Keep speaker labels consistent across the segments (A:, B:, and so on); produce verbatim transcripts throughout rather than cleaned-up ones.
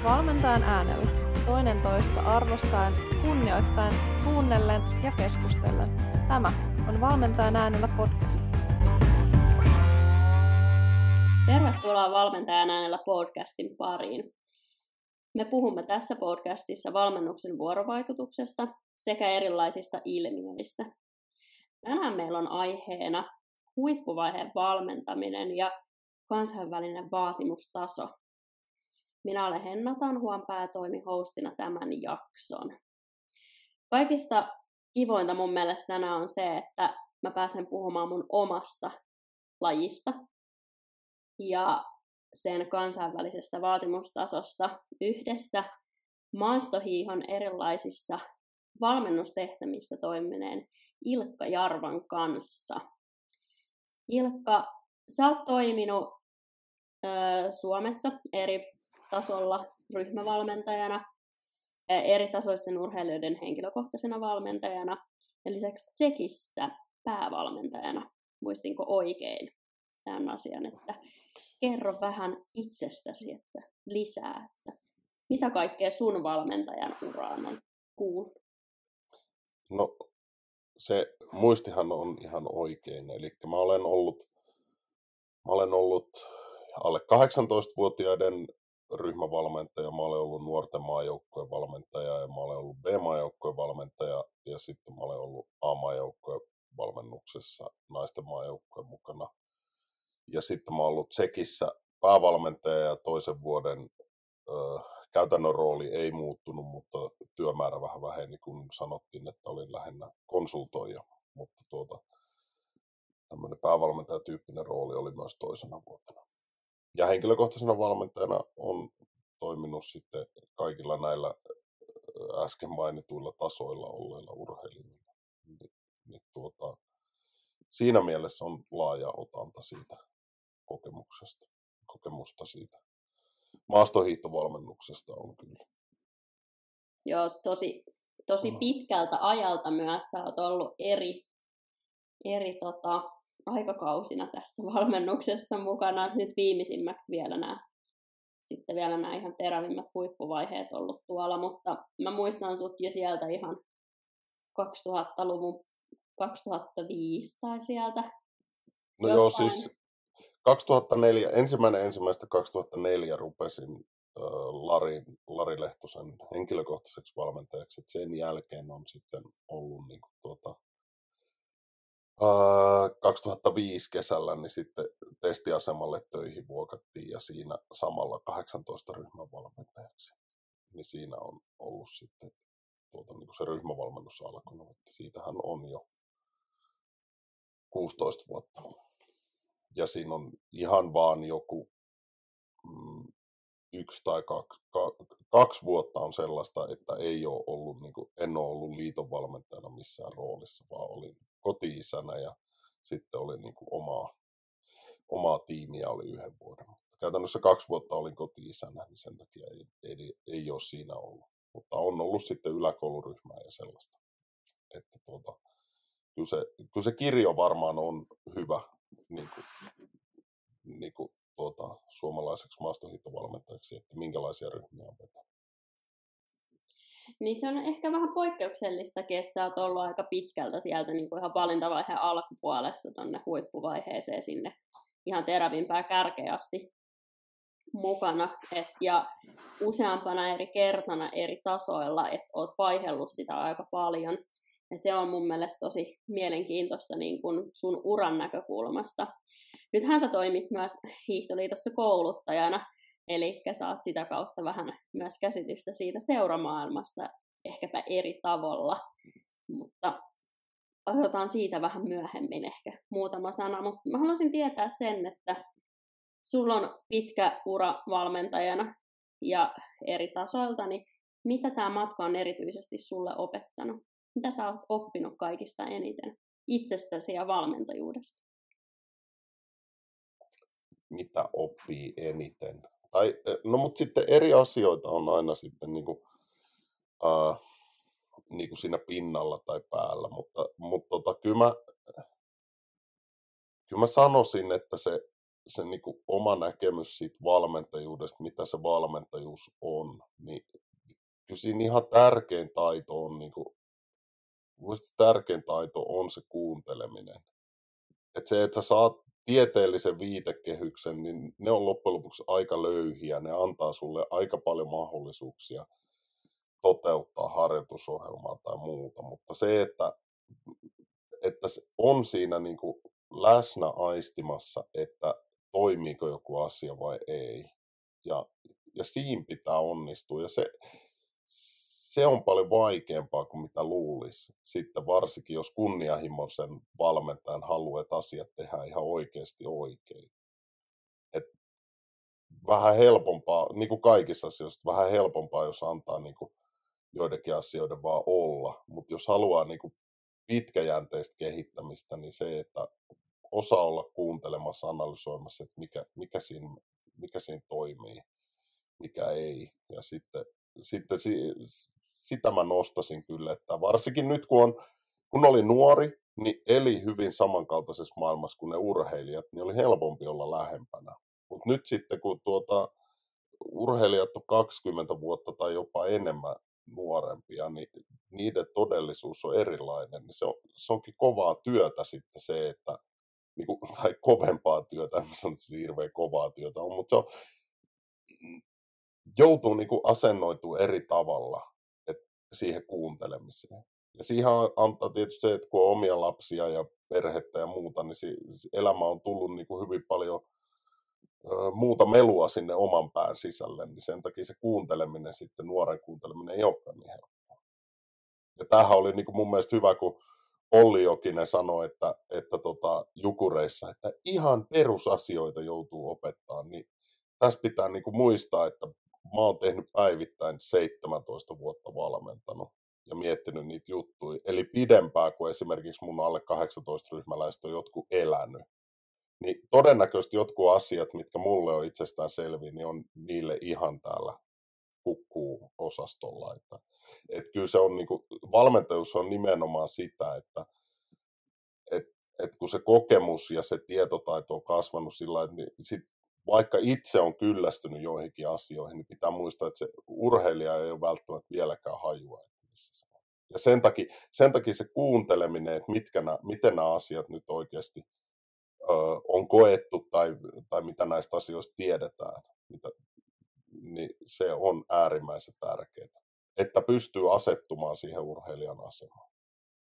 A: Valmentajan äänellä. Toinen toista arvostaen, kunnioittaen, kuunnellen ja keskustellen. Tämä on Valmentajan äänellä podcast.
B: Tervetuloa Valmentajan äänellä podcastin pariin. Me puhumme tässä podcastissa valmennuksen vuorovaikutuksesta sekä erilaisista ilmiöistä. Tänään meillä on aiheena huippuvaiheen valmentaminen ja kansainvälinen vaatimustaso. Minä olen Henna Tanhuanpää ja toimin hostina tämän jakson. Kaikista kivointa mun mielestä tänään on se, että mä pääsen puhumaan mun omasta lajista ja sen kansainvälisestä vaatimustasosta yhdessä maastohiihon erilaisissa valmennustehtävissä toimineen Ilkka Jarvan kanssa. Ilkka, sä oot toiminut ö, Suomessa eri tasolla ryhmävalmentajana, eri tasoisten urheilijoiden henkilökohtaisena valmentajana ja lisäksi Tsekissä päävalmentajana. Muistinko oikein tämän asian, että kerro vähän itsestäsi että lisää, että mitä kaikkea sun valmentajan uraan on kuullut?
C: No se muistihan on ihan oikein, eli mä olen ollut, mä olen ollut alle kahdeksantoistavuotiaiden ryhmävalmentaja, mä olen ollut nuorten maajoukkojen valmentaja ja mä olen ollut B-maajoukkojen valmentaja ja sitten mä olen ollut A-maajoukkojen valmennuksessa naisten maajoukkojen mukana. Ja sitten mä olen ollut Tsekissä päävalmentaja ja toisen vuoden ö, käytännön rooli ei muuttunut, mutta työmäärä vähän väheni, kun sanottiin, että olin lähinnä konsultoija. Mutta tuota, tämmöinen päävalmentajatyyppinen rooli oli myös toisena vuotena. Ja henkilökohtaisena valmentajana on toiminut sitten kaikilla näillä äsken mainituilla tasoilla olleilla urheilijoilla. Niin, niin tuota, siinä mielessä on laaja otanta siitä kokemuksesta, kokemusta siitä. Maastohiihtovalmennuksesta on kyllä.
B: Joo, tosi, tosi pitkältä ajalta myös sä oot ollut eri, eri tota, aikakausina tässä valmennuksessa mukana. Nyt viimeisimmäksi vielä nämä, sitten vielä nämä ihan terävimmät huippuvaiheet ollut tuolla, mutta mä muistan sut jo sieltä ihan kaksituhattaluvun kaksituhattaviisi tai sieltä.
C: No jostain. Joo, siis kaksituhattaneljä, ensimmäinen ensimmäistä kaksituhattaneljä rupesin äh, Lari, Lari Lehtosen henkilökohtaiseksi valmentajaksi. Et sen jälkeen on sitten ollut niin kuin, tuota, äh, kaksituhattaviisi kesällä niin sitten testiasemalle töihin vuokattiin ja siinä samalla kahdeksantoista ryhmän valmentajaksi. Niin siinä on ollut sitten tuota, niin kuin se ryhmävalmennus alkanut. Että siitähän on jo kuusitoista vuotta. Ja siinä on ihan vaan joku mm, yksi tai kaksi, kaksi vuotta on sellaista, että ei ole ollut, niin kuin, en ole ollut liiton valmentajana missään roolissa, vaan olin koti-isänä ja sitten oli niin kuin omaa, omaa tiimiä oli yhden vuoden. Käytännössä kaksi vuotta olin koti-isänä, niin sen takia ei, ei, ei ole siinä ollut. Mutta on ollut sitten yläkouluryhmää ja sellaista. Että tuota, kyllä, se, kyllä se kirjo varmaan on hyvä. Niin kuin, niin kuin, tuota, suomalaiseksi maastohiihtovalmentajaksi, että minkälaisia ryhmiä on vetänyt.
B: Niin se on ehkä vähän poikkeuksellistakin, että sä oot ollut aika pitkältä sieltä niin kuin ihan valintavaiheen alkupuolesta tonne huippuvaiheeseen sinne ihan terävimpään kärkeen asti mukana. Et, ja useampana eri kertana eri tasoilla, että oot vaihdellut sitä aika paljon. Ja se on mun mielestä tosi mielenkiintoista niin kun sun uran näkökulmasta. Nythän sä toimit myös Hiihtoliitossa kouluttajana, eli saat sitä kautta vähän myös käsitystä siitä seuramaailmasta, ehkäpä eri tavalla. Mutta otetaan siitä vähän myöhemmin ehkä muutama sana. Mutta mä haluaisin tietää sen, että sulla on pitkä ura valmentajana ja eri tasoilta, niin mitä tämä matka on erityisesti sulle opettanut? Mitä sä oot oppinut kaikista eniten itsestäsi ja valmentajuudesta?
C: Mitä oppii eniten? Tai, no mutta sitten eri asioita on aina sitten niinku, äh, niinku siinä pinnalla tai päällä, mutta, mutta tota, kyllä, mä, kyllä mä sanoisin, että se, se niin kuin oma näkemys siitä valmentajuudesta, mitä se valmentajuus on, niin kyllä siinä ihan tärkein taito on, niin kuin, mielestäni tärkein taito on se kuunteleminen. Että se, että sä saat tieteellisen viitekehyksen, niin ne on loppujen lopuksi aika löyhiä. Ne antaa sulle aika paljon mahdollisuuksia toteuttaa harjoitusohjelmaa tai muuta. Mutta se, että, että se on siinä niin kuin läsnä aistimassa, että toimiiko joku asia vai ei. Ja, ja siinä pitää onnistua. Ja se, se on paljon vaikeampaa kuin mitä luulisi. Sitten varsinkin, jos kunnianhimoisen valmentajan haluaa, että asiat tehdään ihan oikeasti oikein. Et vähän helpompaa, niin kuin kaikissa asioissa, vähän helpompaa, jos antaa niin kuin joidenkin asioiden vaan olla. Mutta jos haluaa niin kuin pitkäjänteistä kehittämistä, niin se, että osaa olla kuuntelemassa, analysoimassa, että mikä, mikä, siinä, mikä siinä toimii, mikä ei. Ja sitten, sitten si, sitä mä nostasin kyllä, että varsinkin nyt kun, on, kun oli nuori, niin eli hyvin samankaltaisessa maailmassa kuin ne urheilijat, niin oli helpompi olla lähempänä. Mutta nyt sitten kun tuota, urheilijat on kaksikymmentä vuotta tai jopa enemmän nuorempia, niin niiden todellisuus on erilainen. Niin se, on, se onkin kovaa työtä sitten se, että niin kuin, tai kovempaa työtä, en sano, että se hirveän kovaa työtä on, mutta se on, joutuu niin kuin asennoitua eri tavalla et, siihen kuuntelemiseen. Ja siihen antaa tietysti se, että kun on omia lapsia ja perhettä ja muuta, niin se, se elämä on tullut niin kuin hyvin paljon ö, muuta melua sinne oman pään sisälle, niin sen takia se kuunteleminen sitten, nuoren kuunteleminen ei olekaan niin helppoa. Ja tämähän oli niin kuin mun mielestä hyvä, kun Olli Jokinen sanoi, että, että tota, Jukureissa, että ihan perusasioita joutuu opettaa, niin tässä pitää niin kuin muistaa, että mä oon tehnyt päivittäin seitsemäntoista vuotta valmentanut ja miettinyt niitä juttuja, eli pidempää kuin esimerkiksi mun alle kahdeksantoista-ryhmäläiset on jotkut elänyt. Niin todennäköisesti jotkut asiat, mitkä mulle on itsestään selviä, niin on niille ihan täällä kukkuu-osastolla. Että, että kyllä se on niin kuin, valmentajuus on nimenomaan sitä, että et, et kun se kokemus ja se tietotaito on kasvanut sillä lailla, niin sit, vaikka itse on kyllästynyt joihinkin asioihin, niin pitää muistaa, että se urheilija ei ole välttämättä vieläkään hajua, että missä se on. Ja sen takia, sen takia se kuunteleminen, että mitkä nämä, miten nämä asiat nyt oikeasti ö, on koettu tai, tai mitä näistä asioista tiedetään, mitä, niin se on äärimmäisen tärkeää, että pystyy asettumaan siihen urheilijan asemaan.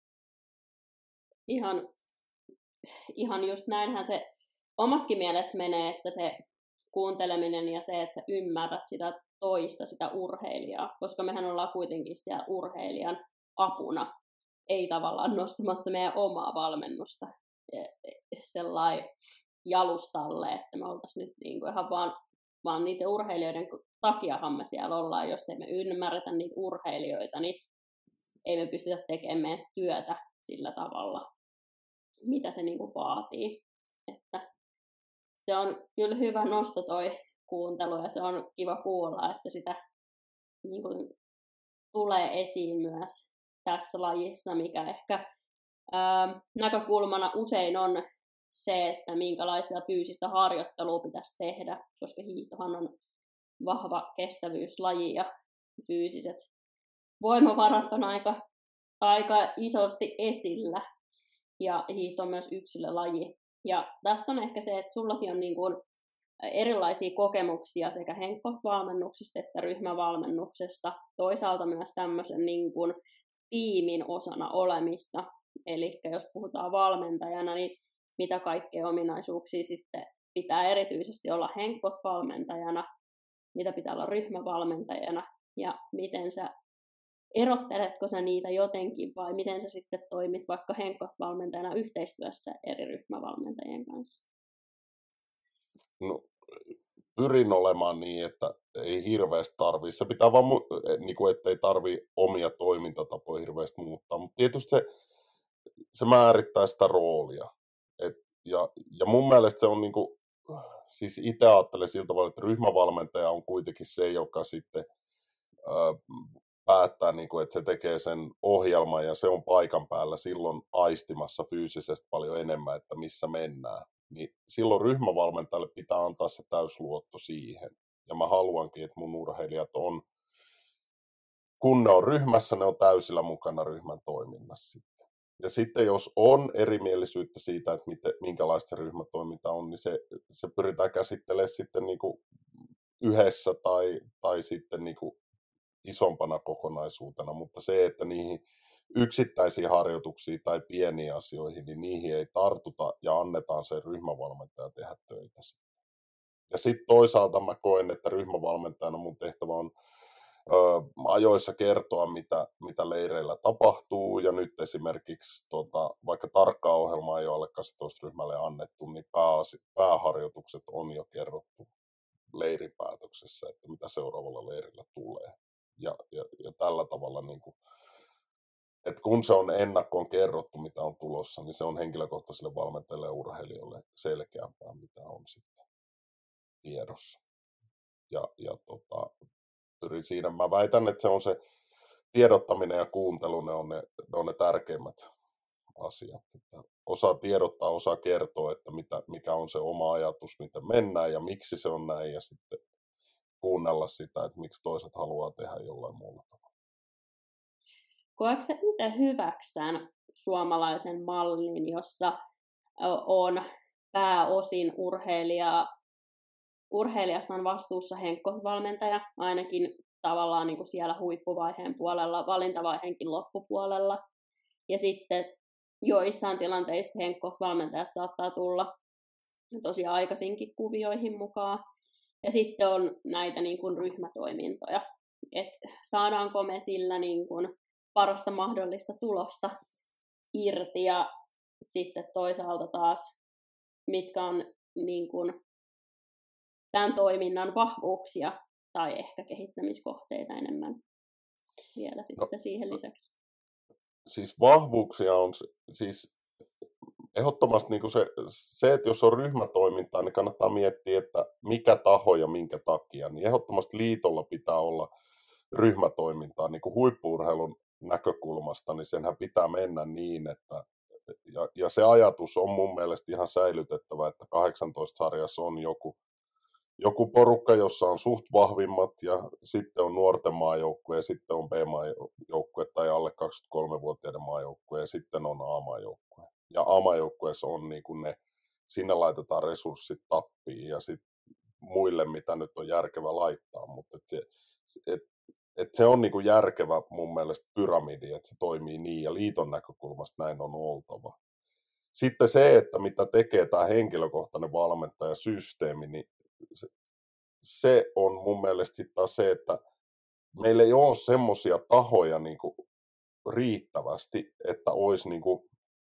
B: Ihan, ihan just näinhän se omastakin mielestä menee, että se kuunteleminen ja se, että sä ymmärrät sitä toista, sitä urheilijaa, koska mehän ollaan kuitenkin siellä urheilijan apuna, ei tavallaan nostamassa meidän omaa valmennusta sellainen jalustalle, että me oltaisiin nyt niin kuin ihan vaan, vaan niiden urheilijoiden takiahan me siellä ollaan, jos ei me ymmärretä niitä urheilijoita, niin ei me pystytä tekemään meidän työtä sillä tavalla, mitä se niin kuin vaatii. Että se on kyllä hyvä nosto toi kuuntelu ja se on kiva kuulla, että sitä niin kuin, tulee esiin myös tässä lajissa, mikä ehkä ää, näkökulmana usein on se, että minkälaista fyysistä harjoittelua pitäisi tehdä, koska hiihtohan on vahva kestävyyslaji ja fyysiset voimavarat on aika, aika isosti esillä ja hiihto on myös yksilölaji. Ja tästä on ehkä se, että sullakin on niin kuin erilaisia kokemuksia sekä henkkovalmennuksesta että ryhmävalmennuksesta. Toisaalta myös tämmöisen niin kuin tiimin osana olemista. Eli jos puhutaan valmentajana, niin mitä kaikkea ominaisuuksia sitten pitää erityisesti olla henkkovalmentajana, mitä pitää olla ryhmävalmentajana ja miten sä erotteletko sä niitä jotenkin vai miten sä sitten toimit vaikka henkkovalmentajana yhteistyössä eri ryhmävalmentajien kanssa?
C: No, pyrin olemaan niin, että ei hirveästi tarvii. Se pitää vaan, niin kuin, että ei tarvii omia toimintatapoja hirveästi muuttaa. Mutta tietysti se, se määrittää sitä roolia. Et, ja, ja mun mielestä se on niin kuin, siis itse ajattelen siltä tavalla, että ryhmävalmentaja on kuitenkin se, joka sitten ö, päättää, niin kuin, että se tekee sen ohjelman ja se on paikan päällä silloin aistimassa fyysisesti paljon enemmän, että missä mennään. niin silloin ryhmävalmentajalle pitää antaa se täysluotto siihen. Ja mä haluankin, että mun urheilijat on, kun ne on ryhmässä, ne on täysillä mukana ryhmän toiminnassa sitten. Ja sitten jos on erimielisyyttä siitä, että miten, minkälaista se ryhmätoiminta on, niin se, se pyritään käsittelemään sitten niin kuin yhdessä tai, tai sitten niin kuin isompana kokonaisuutena, mutta se, että niihin yksittäisiin harjoituksiin tai pieniin asioihin, niin niihin ei tartuta ja annetaan sen ryhmävalmentaja tehdä töitä. Ja sitten toisaalta mä koen, että ryhmävalmentajana mun tehtävä on ö, ajoissa kertoa, mitä, mitä leireillä tapahtuu, ja nyt esimerkiksi tota, vaikka tarkkaa ohjelmaa ei ole alle kaksitoista-ryhmälle annettu, niin pääasi, pääharjoitukset on jo kerrottu leiripäätöksessä, että mitä seuraavalla leirillä tulee. Ja, ja, ja tällä tavalla, niin kuin, että kun se on ennakkoon kerrottu, mitä on tulossa, niin se on henkilökohtaisille valmentajille ja urheilijoille selkeämpää, mitä on sitten tiedossa. Ja, ja tota, pyrin siinä, mä väitän, että se on se tiedottaminen ja kuuntelu, ne on ne, ne, on ne tärkeimmät asiat. Että osaa tiedottaa, osaa kertoa, että mitä, mikä on se oma ajatus, miten mennään ja miksi se on näin, ja sitten kuunnella sitä, että miksi toiset haluaa tehdä jollain muulla tavalla.
B: Koetko sä itse hyväksi tämän suomalaisen mallin, jossa on pääosin urheilija, urheilijasta on vastuussa henkkovalmentaja, ainakin tavallaan niin kuin siellä huippuvaiheen puolella, valintavaiheenkin loppupuolella. Ja sitten joissain tilanteissa henkkovalmentajat saattaa tulla tosi aikaisinkin kuvioihin mukaan. Ja sitten on näitä niin kuin ryhmätoimintoja, että saadaanko me sillä niin kuin parasta mahdollista tulosta irti, ja sitten toisaalta taas, mitkä on niin kuin tämän toiminnan vahvuuksia tai ehkä kehittämiskohteita enemmän vielä sitten no, siihen lisäksi.
C: Siis vahvuuksia on siis ehdottomasti niin kuin se, se, että jos on ryhmätoimintaa, niin kannattaa miettiä, että mikä taho ja minkä takia. Niin ehdottomasti liitolla pitää olla ryhmätoimintaa niin kuin huippu-urheilun näkökulmasta, niin senhän pitää mennä niin, että ja, ja se ajatus on mun mielestä ihan säilytettävä, että kahdeksantoista-sarjassa on joku, joku porukka, jossa on suht vahvimmat, ja sitten on nuorten maajoukkue, ja sitten on B-maajoukkue tai alle kaksikymmentäkolmevuotiaiden maajoukkue, ja sitten on A-maajoukkue. Ja A-maajoukkueessa on niin kuin ne, sinne laitetaan resurssit tappiin, ja sitten muille, mitä nyt on järkevä laittaa, mutta et se, et, et se on niin kuin järkevä mun mielestä pyramidi, että se toimii niin, ja liiton näkökulmasta näin on oltava. Sitten se, että mitä tekee tämä henkilökohtainen valmentajasysteemi, niin se, se on mun mielestä sitten taas se, että meillä ei ole semmoisia tahoja niin kuin riittävästi, että olisi niin kuin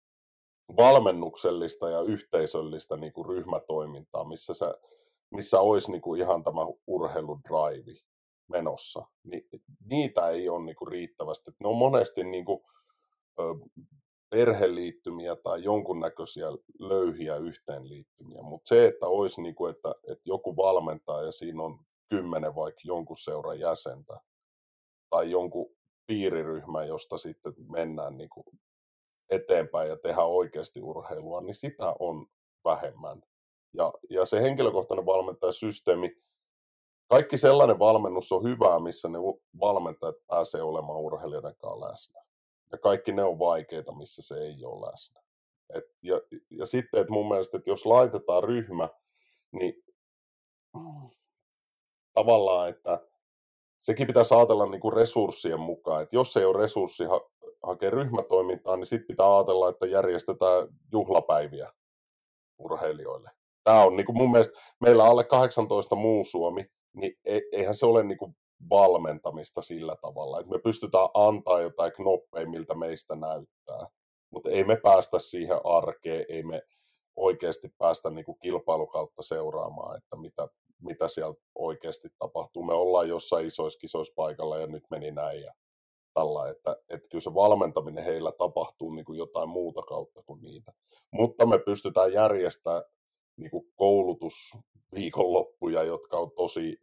C: valmennuksellista ja yhteisöllistä niin kuin ryhmätoimintaa, missä, se, missä olisi niin kuin ihan tämä urheiludraivi menossa. Ni, niitä ei ole niin kuin riittävästi. Ne on monesti niin kuin, ö, perheliittymiä tai jonkunnäköisiä löyhiä yhteenliittymiä, mutta se, että olisi niin kuin, että, että joku valmentaa ja siinä on kymmenen vaikka jonkun seuran jäsentä tai jonkun piiriryhmä, josta sitten mennään niin kuin eteenpäin ja tehdään oikeasti urheilua, niin sitä on vähemmän. Ja, ja se henkilökohtainen valmentajasysteemi, kaikki sellainen valmennus on hyvää, missä ne valmentajat pääsee olemaan urheilijoiden kanssa läsnä. Ja kaikki ne on vaikeita, missä se ei ole läsnä. Et, ja, ja sitten, että mun mielestä, että jos laitetaan ryhmä, niin tavallaan, että sekin pitäisi ajatella niin kuin resurssien mukaan. Että jos ei ole resurssi ha- hakea ryhmätoimintaa, niin sitten pitää ajatella, että järjestetään juhlapäiviä urheilijoille. Tämä on niin kuin mun mielestä, meillä alle kahdeksantoista muu Suomi, niin eihän se ole niin kuin valmentamista sillä tavalla, että me pystytään antaa jotain knoppeja, miltä meistä näyttää, mutta ei me päästä siihen arkeen, ei me oikeasti päästä niin kuin kilpailukautta seuraamaan, että mitä, mitä siellä oikeasti tapahtuu. Me ollaan jossain isoissa kisoissa paikalla ja nyt meni näin ja tällä, että, että kyllä se valmentaminen heillä tapahtuu niin kuin jotain muuta kautta kuin niitä. Mutta me pystytään järjestämään niin kuin koulutusviikonloppuja, jotka on tosi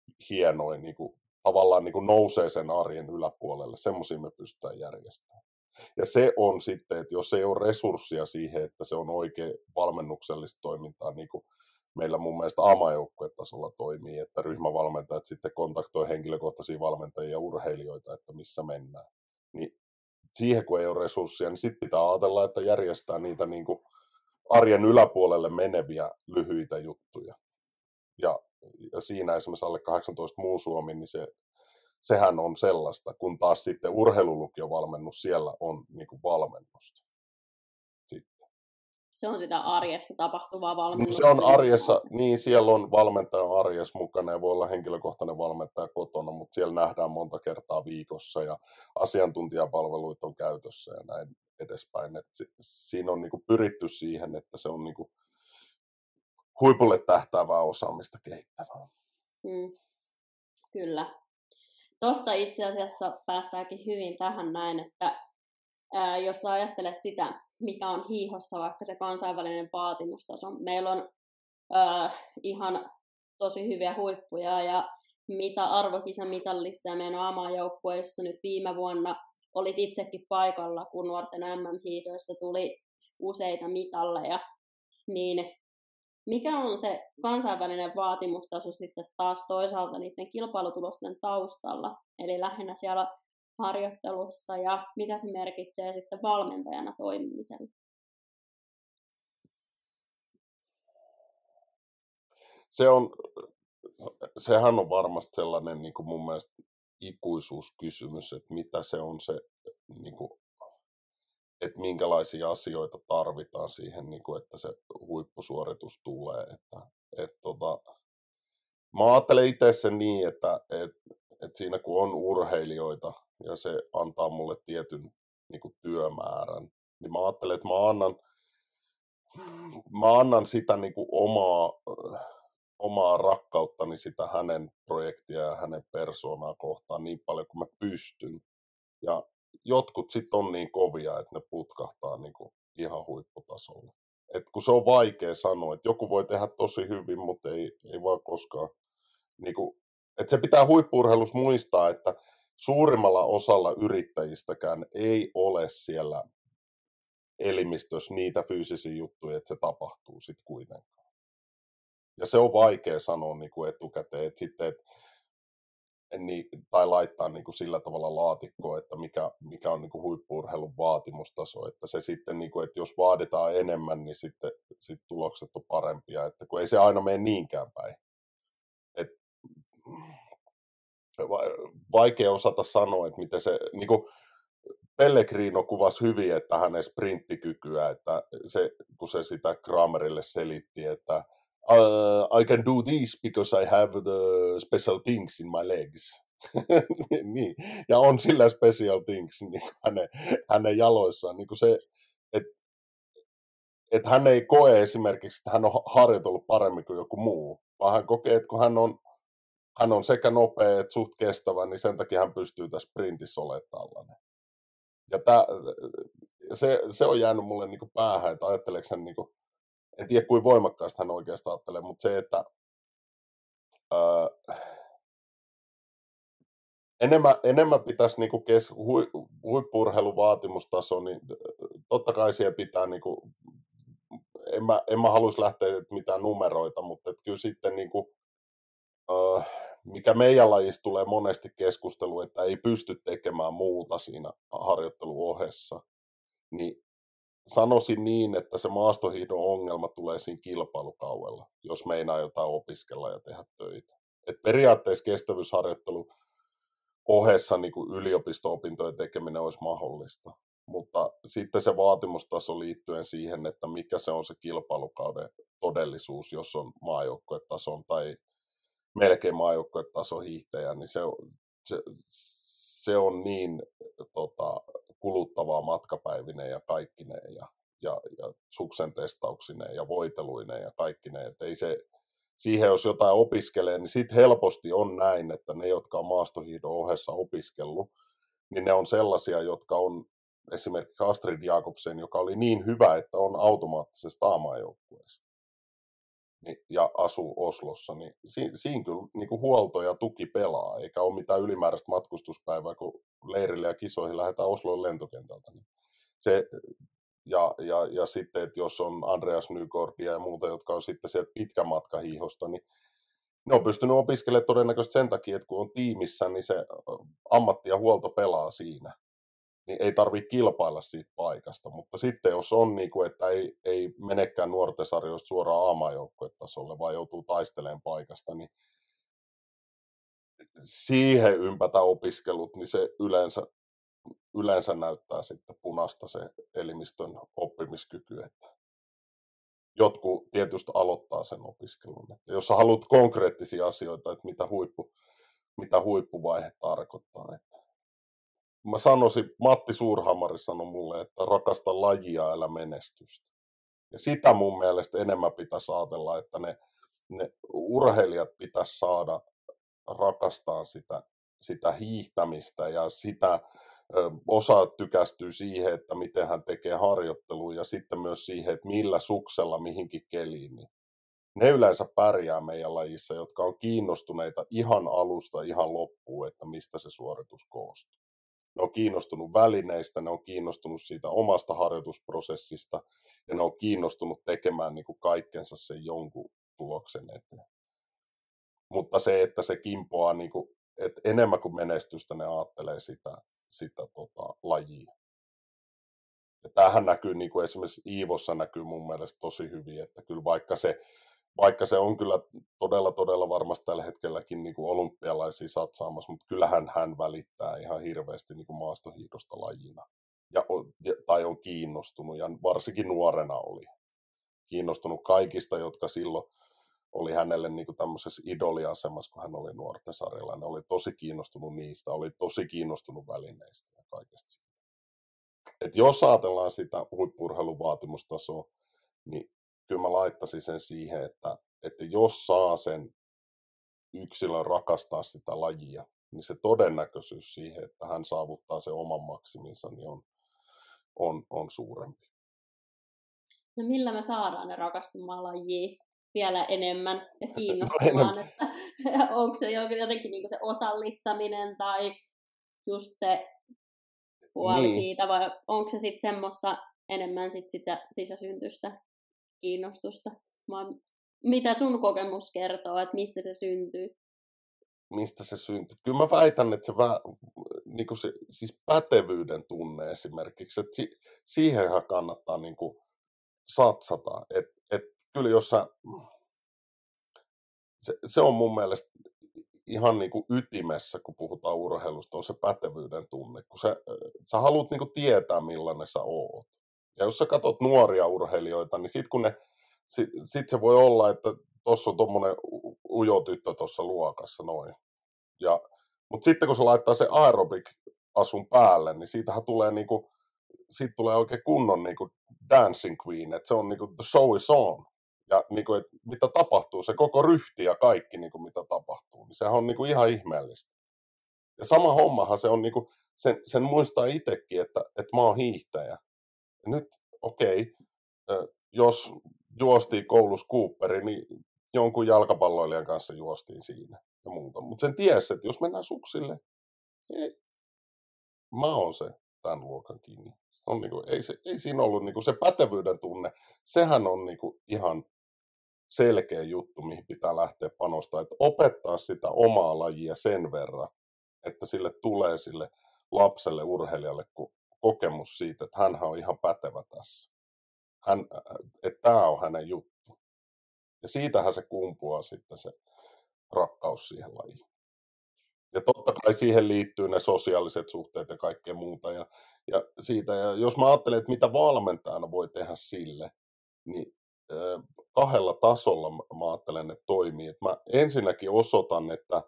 C: hienoja, niin kuin, tavallaan niin kuin nousee sen arjen yläpuolelle. Semmoisia me pystytään järjestämään. Ja se on sitten, että jos ei ole resurssia siihen, että se on oikein valmennuksellista toimintaa, niin kuin meillä mun mielestä A-maajoukkuetasolla toimii, että ryhmävalmentajat sitten kontaktoi henkilökohtaisia valmentajia ja urheilijoita, että missä mennään. Niin siihen kun ei ole resurssia, niin sitten pitää ajatella, että järjestää niitä niin kuin arjen yläpuolelle meneviä lyhyitä juttuja. Ja, ja siinä esimerkiksi alle kahdeksantoista muu Suomi, niin se, sehän on sellaista, kun taas sitten urheilulukiovalmennus, siellä on niin kuin valmennusta. Sitten.
B: Se on sitä arjessa tapahtuvaa
C: No,
B: valmennusta.
C: se on arjessa, niin siellä on valmentaja arjessa mukana ja voi olla henkilökohtainen valmentaja kotona, mutta siellä nähdään monta kertaa viikossa ja asiantuntijapalveluita on käytössä ja näin edespäin. Et si- siinä on niinku pyritty siihen, että se on niinku huipulle tähtäävää osaamista kehittävää.
B: Mm, kyllä. Tuosta itse asiassa päästäänkin hyvin tähän näin, että ää, jos sä ajattelet sitä, mikä on hiihossa vaikka se kansainvälinen vaatimustaso. Meillä on ää, ihan tosi hyviä huippuja ja mitä arvokisamitallista ja meidän A-maajoukkueissa nyt viime vuonna olit itsekin paikalla, kun nuorten M M-hiidoista tuli useita mitalleja, niin mikä on se kansainvälinen vaatimustaso sitten taas toisaalta niiden kilpailutulosten taustalla, eli lähinnä siellä harjoittelussa ja mitä se merkitsee sitten valmentajana toimimiselle?
C: Se on, sehän on varmasti sellainen niin kuin mun mielestä ikuisuuskysymys, että mitä se on se, niin kuin, että minkälaisia asioita tarvitaan siihen, niin kuin, että se huippusuoritus tulee. Että, et, tota, mä ajattelen itse sen niin, että et, et siinä kun on urheilijoita ja se antaa mulle tietyn niin kuin työmäärän, niin mä ajattelen, että mä annan, mä annan sitä niin kuin omaa, omaa rakkauttani sitä hänen projektia ja hänen persoonaa kohtaan niin paljon kuin mä pystyn. Ja jotkut sitten on niin kovia, että ne putkahtaa niin kuin ihan huipputasolla. Et kun se on vaikea sanoa, että joku voi tehdä tosi hyvin, mutta ei, ei vaan koskaan. Niin kuin, että se pitää huippu-urheilussa muistaa, että suurimmalla osalla yrittäjistäkään ei ole siellä elimistössä niitä fyysisiä juttuja, että se tapahtuu sitten kuitenkaan. Ja se on vaikea sanoa niin kuin etukäteen, että sitten, että niin, tai laittaa niin kuin sillä tavalla laatikkoon, että mikä, mikä on niin kuin huippu-urheilun vaatimustaso. Että se sitten, niin kuin, että jos vaaditaan enemmän, niin sitten sit tulokset on parempia. Että kun ei se aina mene niinkään päin. Et, vaikea osata sanoa, että miten se, niin kuin Pellegrino kuvasi hyvin, että hänen sprinttikykyä, että se, kun se sitä Kramerille selitti, että Uh, I can do this because I have the special things in my legs. niin. Ja on sillä special things niin hänen, hänen jaloissaan. Niin se, että et hän ei koe esimerkiksi, että hän on harjoitellut paremmin kuin joku muu, vaan hän kokee, että kun hän on, hän on sekä nopea että suht kestävä, niin sen takia hän pystyy tässä sprintissä olemaan tällainen. Ja tää, se, se on jäänyt mulle niin kuin päähän, että ajatteleeko hän niin kuin, en tiedä kuinka voimakkaasti hän oikeastaan ajattelee, mutta se, että öö, enemmän, enemmän pitäisi niinku kes, hui, huippu-urheilun vaatimustaso, niin totta kai siellä pitää, niinku, en, mä, en mä haluaisi lähteä mitään numeroita, mutta et kyllä sitten, niinku, öö, mikä meidän lajissa tulee monesti keskustelu, että ei pysty tekemään muuta siinä harjoittelun ohessa, niin sanoisin niin, että se maastohiihdon ongelma tulee siinä kilpailukaudella, jos meinaa jotain opiskella ja tehdä töitä. Et periaatteessa kestävyysharjoittelu ohessa niin kuin yliopisto-opintojen tekeminen olisi mahdollista, mutta sitten se vaatimustaso liittyen siihen, että mikä se on se kilpailukauden todellisuus, jos on maajoukkuetason tai melkein maajoukkuetason hiihtäjä, niin se, se, se on niin tota, kuluttavaa matkapäivineen ja kaikkineen ja, ja, ja suksen testauksineen ja voiteluineen ja kaikkineen, että ei se, siihen jos jotain opiskelee, niin sitten helposti on näin, että ne, jotka on maastohiihdon ohessa opiskellut, niin ne on sellaisia, jotka on esimerkiksi Astrid Jakobsen, joka oli niin hyvä, että on automaattisesti A-maajoukkueessa. niin, ja asuu Oslossa, niin si, siinä kyllä niin kuin huolto ja tuki pelaa, eikä ole mitään ylimääräistä matkustuspäivää, kun leirille ja kisoihin lähdetään Osloon lentokentältä. Niin se, ja, ja, ja sitten, että jos on Andreas Nygårdia ja muuta, jotka on sitten sieltä pitkän matkan hiihosta, niin ne on pystynyt opiskelemaan todennäköisesti sen takia, että kun on tiimissä, niin se ammatti ja huolto pelaa siinä. Niin ei tarvitse kilpailla siitä paikasta. Mutta sitten jos on, niin kuin, että ei, ei menekään nuorten sarjoista suoraan A-maajoukkuetasolle, vaan joutuu taistelemaan paikasta, niin siihen ympätä opiskelut, niin se yleensä, yleensä näyttää sitten punaista se elimistön oppimiskyky, että jotkut tietysti aloittaa sen opiskelun. Että jos sä haluat konkreettisia asioita, että mitä, huippu, mitä huippuvaihe tarkoittaa. Että mä sanoisin, Matti Suurhamari sanoi mulle, että rakasta lajia, älä menestystä. Ja sitä mun mielestä enemmän pitäisi ajatella, että ne, ne urheilijat pitäisi saada rakastaa sitä, sitä hiihtämistä ja sitä, osa tykästyy siihen, että miten hän tekee harjoittelua ja sitten myös siihen, että millä suksella mihinkin keliin. Niin ne yleensä pärjää meidän lajissa, jotka on kiinnostuneita ihan alusta ihan loppuun, että mistä se suoritus koostuu. Ne on kiinnostunut välineistä, ne on kiinnostunut siitä omasta harjoitusprosessista ja ne on kiinnostunut tekemään niin kuin kaikkensa sen jonkun tuloksen eteen. Mutta se, että se kimpoaa niin kuin, että enemmän kuin menestystä, ne ajattelee sitä, sitä tota, lajia. Ja tämähän näkyy, niin kuin esimerkiksi Iivossa näkyy mun mielestä tosi hyvin, että kyllä vaikka se, vaikka se on kyllä todella, todella varmasti tällä hetkelläkin niin kuin olympialaisia satsaamassa, mutta kyllähän hän välittää ihan hirveästi niin kuin maastohiihdosta lajina. Ja, tai on kiinnostunut, ja varsinkin nuorena oli kiinnostunut kaikista, jotka silloin oli hänelle niin kuin tämmöisessä idoliasemassa, kun hän oli nuorten sarjalla. Ne oli tosi kiinnostunut niistä, oli tosi kiinnostunut välineistä ja kaikesta siitä. Et jos ajatellaan sitä huippu-urheilun vaatimustasoa, niin kyllä mä laittaisin sen siihen, että, että jos saa sen yksilön rakastaa sitä lajia, niin se todennäköisyys siihen, että hän saavuttaa sen oman maksiminsa, niin on, on, on suurempi.
B: No millä me saadaan ne rakastumaan lajiin vielä enemmän ja kiinnostumaan, no, että onko se jotenkin niin kuin se osallistaminen tai just se puoli niin siitä, vai onko se sitten semmoista enemmän sit sitä sisäsyntystä kiinnostusta? Vai mitä sun kokemus kertoo, että mistä se syntyy?
C: Mistä se syntyy? Kyllä mä väitän, että se, vä, niin kuin se siis pätevyyden tunne esimerkiksi, että si, siihenhän kannattaa niin kuin satsata. Et, et, kyllä jos sä, se, se on mun mielestä ihan niin kuin ytimessä, kun puhutaan urheilusta, on se pätevyyden tunne. Kun sä, sä haluat niin kuin tietää, millainen sä oot. Ja jos sä katsot nuoria urheilijoita, niin sit kun ne, sit, sit se voi olla, että tuossa on tommonen ujo tyttö tuossa luokassa noin. Ja, mutta sitten kun se laittaa se aerobic-asun päälle, niin siitähän tulee niinku, siitä tulee oikein kunnon niinku dancing queen, että se on niinku the show is on. Ja niinku, että mitä tapahtuu, se koko ryhti ja kaikki niinku, mitä tapahtuu, niin sehän on niinku ihan ihmeellistä. Ja sama hommahan se on, niinku, sen, sen muistaa itsekin, että, että mä oon hiihtäjä. Ja nyt okei, okay, jos juostiin koulussa Cooperi, niin jonkun jalkapalloilijan kanssa juostiin siinä ja muuta. Mutta sen tiesi, että jos mennään suksille, ei, mä oon se tämän luokan kiinni. On niinku, ei, se, ei siinä ollut niinku se pätevyyden tunne. Sehän on niinku ihan selkeä juttu, mihin pitää lähteä panostamaan. Että opettaa sitä omaa lajia sen verran, että sille tulee sille lapselle, urheilijalle kokemus siitä, että hänhän on ihan pätevä tässä. Hän, että tämä on hänen juttu. Ja siitähän se kumpuaa sitten se rakkaus siihen lajiin. Ja totta kai siihen liittyy ne sosiaaliset suhteet ja kaikkea muuta. Ja, ja, siitä, ja jos mä ajattelen, että mitä valmentajana voi tehdä sille, niin äh, kahdella tasolla mä ajattelen, että toimii. Että mä ensinnäkin osoitan, että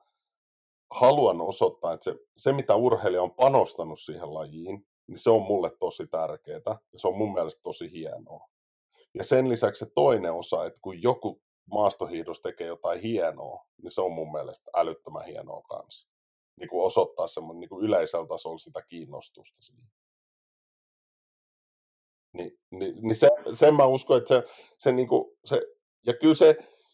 C: haluan osoittaa, että se, se mitä urheilija on panostanut siihen lajiin, niin se on mulle tosi tärkeää ja se on mun mielestä tosi hienoa. Ja sen lisäksi se toinen osa, että kun joku maastohiihdossa tekee jotain hienoa, niin se on mun mielestä älyttömän hienoa kanssa. Niin kuin osoittaa semmoinen niin kuin yleisellä tasolla sitä kiinnostusta siihen. Niin, niin, niin se, sen mä uskon, että se, se, niin kuin, se ja kyllä se,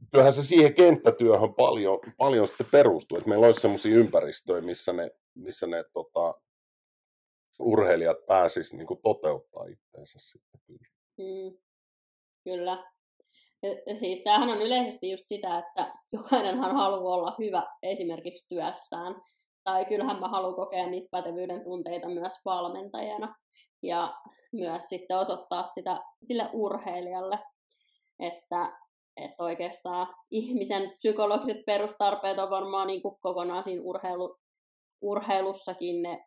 C: kyllähän se siihen kenttätyöhön paljon, paljon sitten perustuu, että meillä olisi sellaisia ympäristöjä, missä ne, missä ne tota, urheilijat pääsisivät niin toteuttaa itseensä sitten.
B: Mm, kyllä. Ja, ja siis tämähän on yleisesti just sitä, että jokainenhan haluaa olla hyvä esimerkiksi työssään. Tai kyllähän mä haluan kokea niitä pätevyyden tunteita myös valmentajana. Ja myös sitten osoittaa sitä sille urheilijalle, että, että oikeastaan ihmisen psykologiset perustarpeet on varmaan niin kuin kokonaan siinä urheilu, urheilussakin ne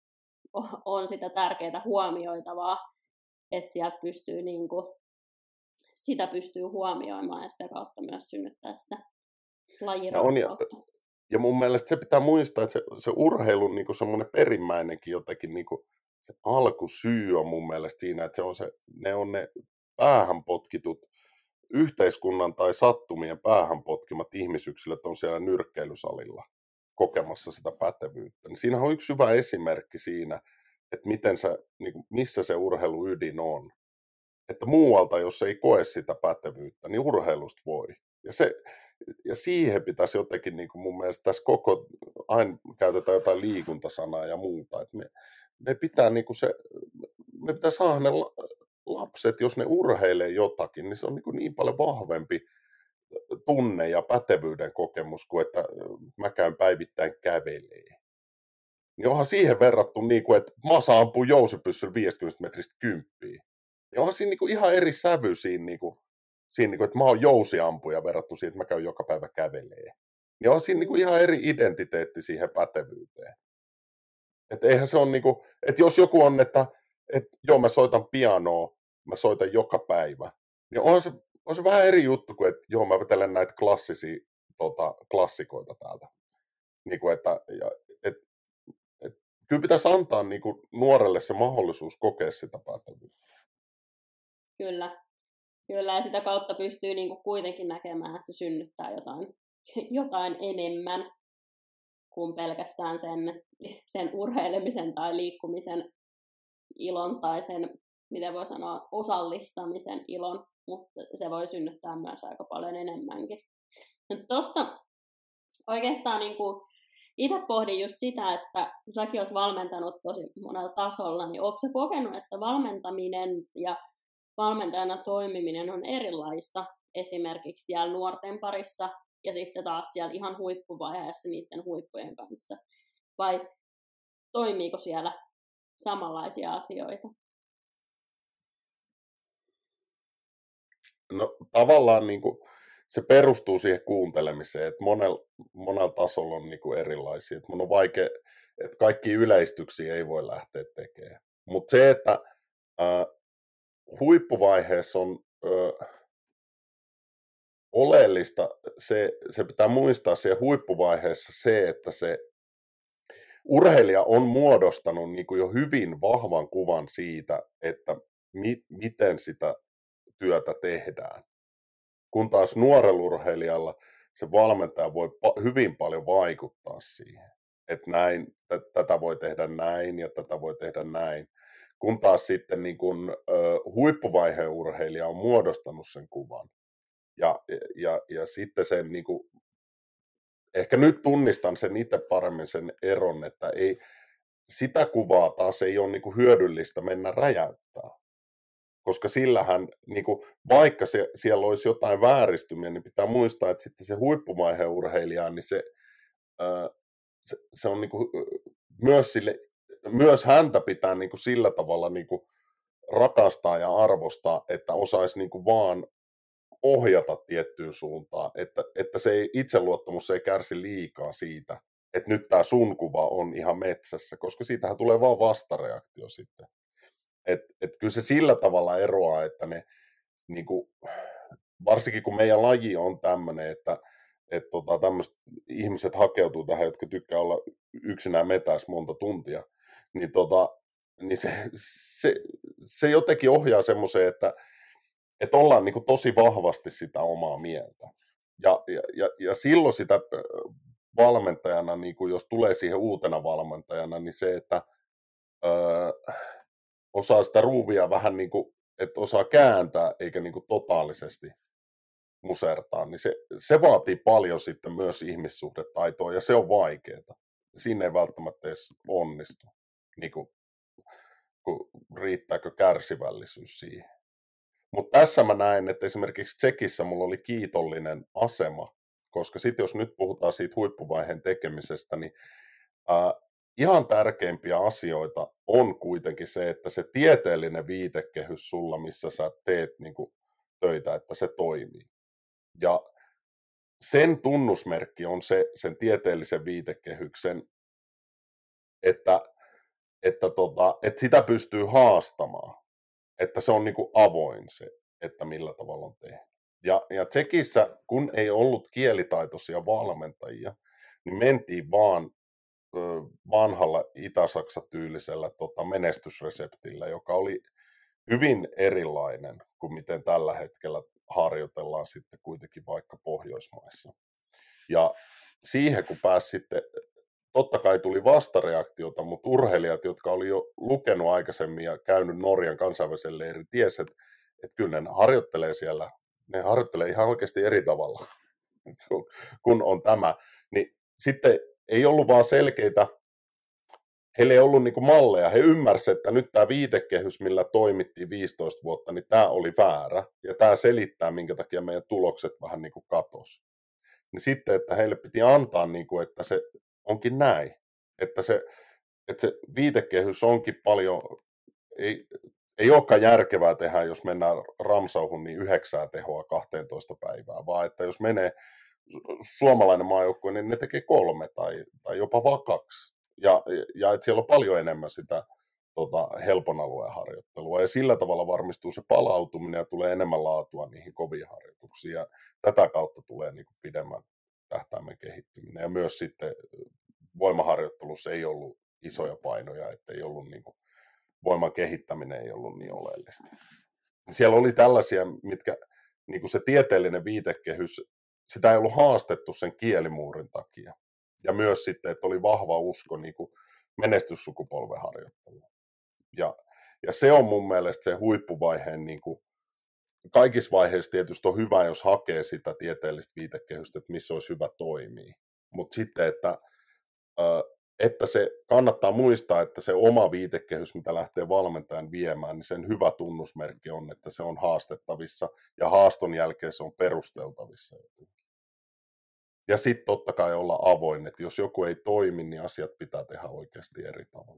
B: on sitä tärkeää huomioitavaa, että sieltä pystyy niin kuin, sitä pystyy huomioimaan ja sitä kautta myös synnyttää sitä lajirakkautta.
C: Ja, ja mun mielestä se pitää muistaa, että se, se urheilun niin kuin semmoinen perimmäinenkin jotenkin niin kuin se alkusyy on mun mielestä siinä, että se on se, ne on ne päähän potkitut yhteiskunnan tai sattumien päähän potkimat ihmisyksilöt on siellä nyrkkeilysalilla kokemassa sitä pätevyyttä. Niin siinä on yksi hyvä esimerkki siinä, että miten se, niin kuin, missä se urheilu ydin on. Että muualta, jos ei koe sitä pätevyyttä, niin urheilusta voi. Ja, se, ja siihen pitäisi jotenkin, niin kuin mun mielestä tässä koko, aina käytetään jotain liikuntasanaa ja muuta, että me, me pitää niin kuin se, me pitää saada ne lapset, jos ne urheilee jotakin, niin se on niin, kuin niin paljon vahvempi tunne ja pätevyyden kokemus kuin, että mä käyn päivittäin kävelee. Niin onhan siihen verrattu, niin kuin, että Masa ampuu jousipyssyllä viisikymmentä metristä kymppiä. Ja onhan siinä niin kuin ihan eri sävy siinä, niin kuin, siinä niin kuin, että mä oon jousiampuja verrattu siihen, että mä käyn joka päivä kävelee. Niin onhan siinä niin kuin ihan eri identiteetti siihen pätevyyteen. Että eihän se on niin kuin, että jos joku on, että, että joo mä soitan pianoa, mä soitan joka päivä, niin onhan se, on se vähän eri juttu kuin, että joo mä vetelen näitä klassisia tota, klassikoita täältä. Niin kuin, että, ja, et, et, kyllä pitäisi antaa niin kuin nuorelle se mahdollisuus kokea sitä pätevyyttä.
B: Kyllä. Kyllä, ja sitä kautta pystyy niin kuin kuitenkin näkemään, että se synnyttää jotain, jotain enemmän kuin pelkästään sen, sen urheilemisen tai liikkumisen ilon tai sen, miten voi sanoa, osallistamisen ilon, mutta se voi synnyttää myös aika paljon enemmänkin. Tuosta oikeastaan niin kuin itse pohdin just sitä, että kun säkin olet valmentanut tosi monella tasolla, niin oletko sä kokenut, että valmentaminen ja valmentajana toimiminen on erilaista esimerkiksi siellä nuorten parissa ja sitten taas siellä ihan huippuvaiheessa niiden huippujen kanssa? Vai toimiiko siellä samanlaisia asioita?
C: No tavallaan niin kuin, se perustuu siihen kuuntelemiseen, että monella, monella tasolla on niin kuin erilaisia. Että mun on vaikea, että kaikki yleistyksiä ei voi lähteä tekemään. Mutta se, että ää, huippuvaiheessa on ää, oleellista, se, se pitää muistaa siellä huippuvaiheessa se, että se urheilija on muodostanut niin kuin jo hyvin vahvan kuvan siitä, että mi, miten sitä työtä tehdään. Kun taas nuorella urheilijalla se valmentaja voi pa- hyvin paljon vaikuttaa siihen, että näin, t- tätä voi tehdä näin ja tätä voi tehdä näin. Kun taas sitten niin kun, ö, huippuvaiheen urheilija on muodostanut sen kuvan. Ja, ja, ja sitten sen, niin kun, ehkä nyt tunnistan sen itse paremmin sen eron, että ei, sitä kuvaa taas ei ole niin kun hyödyllistä mennä räjäyttää. Koska sillähän, niin kuin, vaikka se, siellä olisi jotain vääristymiä, niin pitää muistaa, että sitten se huippuvaiheen urheilija, niin se, ää, se, se on niin kuin, myös, sille, myös häntä pitää niin kuin sillä tavalla niin kuin rakastaa ja arvostaa, että osaisi niin kuin vaan ohjata tiettyyn suuntaan, että, että se ei, itseluottamus ei kärsi liikaa siitä, että nyt tämä sun kuva on ihan metsässä, koska siitähän tulee vaan vastareaktio sitten. Että et kyllä se sillä tavalla eroaa, että ne, niinku, varsinkin kun meidän laji on tämmöinen, että et tota, tämmöiset ihmiset hakeutuu tähän, jotka tykkää olla yksinään metässä monta tuntia, niin, tota, niin se, se, se jotenkin ohjaa semmoiseen, että et ollaan niinku tosi vahvasti sitä omaa mieltä. Ja, ja, ja, ja silloin sitä valmentajana, niinku, jos tulee siihen uutena valmentajana, niin se, että öö, osaa sitä ruuvia vähän niin kuin, että osaa kääntää eikä niin kuin totaalisesti musertaa, niin se, se vaatii paljon sitten myös ihmissuhdetaitoa, ja se on vaikeaa. Siinä ei välttämättä edes onnistu, niin kuin, kun riittääkö kärsivällisyys siihen. Mutta tässä mä näen, että esimerkiksi Tsekissä mulla oli kiitollinen asema, koska sitten jos nyt puhutaan siitä huippuvaiheen tekemisestä, niin ää, ihan tärkeimpiä asioita on kuitenkin se, että se tieteellinen viitekehys sulla, missä sä teet niin kuin töitä, että se toimii. Ja sen tunnusmerkki on se, sen tieteellisen viitekehyksen, että, että, tota, että sitä pystyy haastamaan, että se on niin kuin avoin se, että millä tavalla on tehty. Ja, ja Tsekissä, kun ei ollut kielitaitoisia valmentajia, niin mentiin vaan ö, vanhalla Itä-Saksa-tyylisellä tota, menestysreseptillä, joka oli hyvin erilainen kuin miten tällä hetkellä harjoitellaan sitten kuitenkin vaikka Pohjoismaissa. Ja siihen kun pääsi sitten, totta kai tuli vastareaktiota, mutta urheilijat, jotka oli jo lukenut aikaisemmin ja käynyt Norjan kansainvälisen leirin, tiesi, että, että kyllä ne harjoittelee siellä, ne harjoittelee ihan oikeasti eri tavalla kun on tämä. Niin sitten ei ollut vaan selkeitä, heillä ei ollut niin kuin malleja, he ymmärsivät, että nyt tämä viitekehys, millä toimittiin viisitoista vuotta, niin tämä oli väärä, ja tämä selittää, minkä takia meidän tulokset vähän niin kuin katosi. Niin sitten, että heille piti antaa, niin kuin, että se onkin näin, että se, että se viitekehys onkin paljon, ei, ei olekaan järkevää tehdä, jos mennään ramsauhun, niin yhdeksää tehoa kahteentoista päivää, vaan että jos menee suomalainen maajoukkue, niin ne tekee kolme tai, tai jopa vaan kaksi. Ja, ja että siellä on paljon enemmän sitä tota, helpon alueen harjoittelua, ja sillä tavalla varmistuu se palautuminen ja tulee enemmän laatua niihin koviin harjoituksiin, ja tätä kautta tulee niin kuin pidemmän tähtäimen kehittyminen. Ja myös sitten voimaharjoittelussa ei ollut isoja painoja, että ei ollut niin kuin, voiman kehittäminen ei ollut niin oleellista. Siellä oli tällaisia, mitkä niin kuin se tieteellinen viitekehys, sitä ei ollut haastettu sen kielimuurin takia. Ja myös sitten, että oli vahva usko niin kuin menestyssukupolven harjoitteluun. Ja, ja se on mun mielestä se huippuvaiheen, niin kuin, kaikissa vaiheissa tietysti on hyvä, jos hakee sitä tieteellistä viitekehystä, että missä olisi hyvä toimia. Mutta sitten, että, että se kannattaa muistaa, että se oma viitekehys, mitä lähtee valmentajan viemään, niin sen hyvä tunnusmerkki on, että se on haastettavissa ja haaston jälkeen se on perusteltavissa. Ja sitten totta kai olla avoin, että jos joku ei toimi, niin asiat pitää tehdä oikeasti eri tavalla.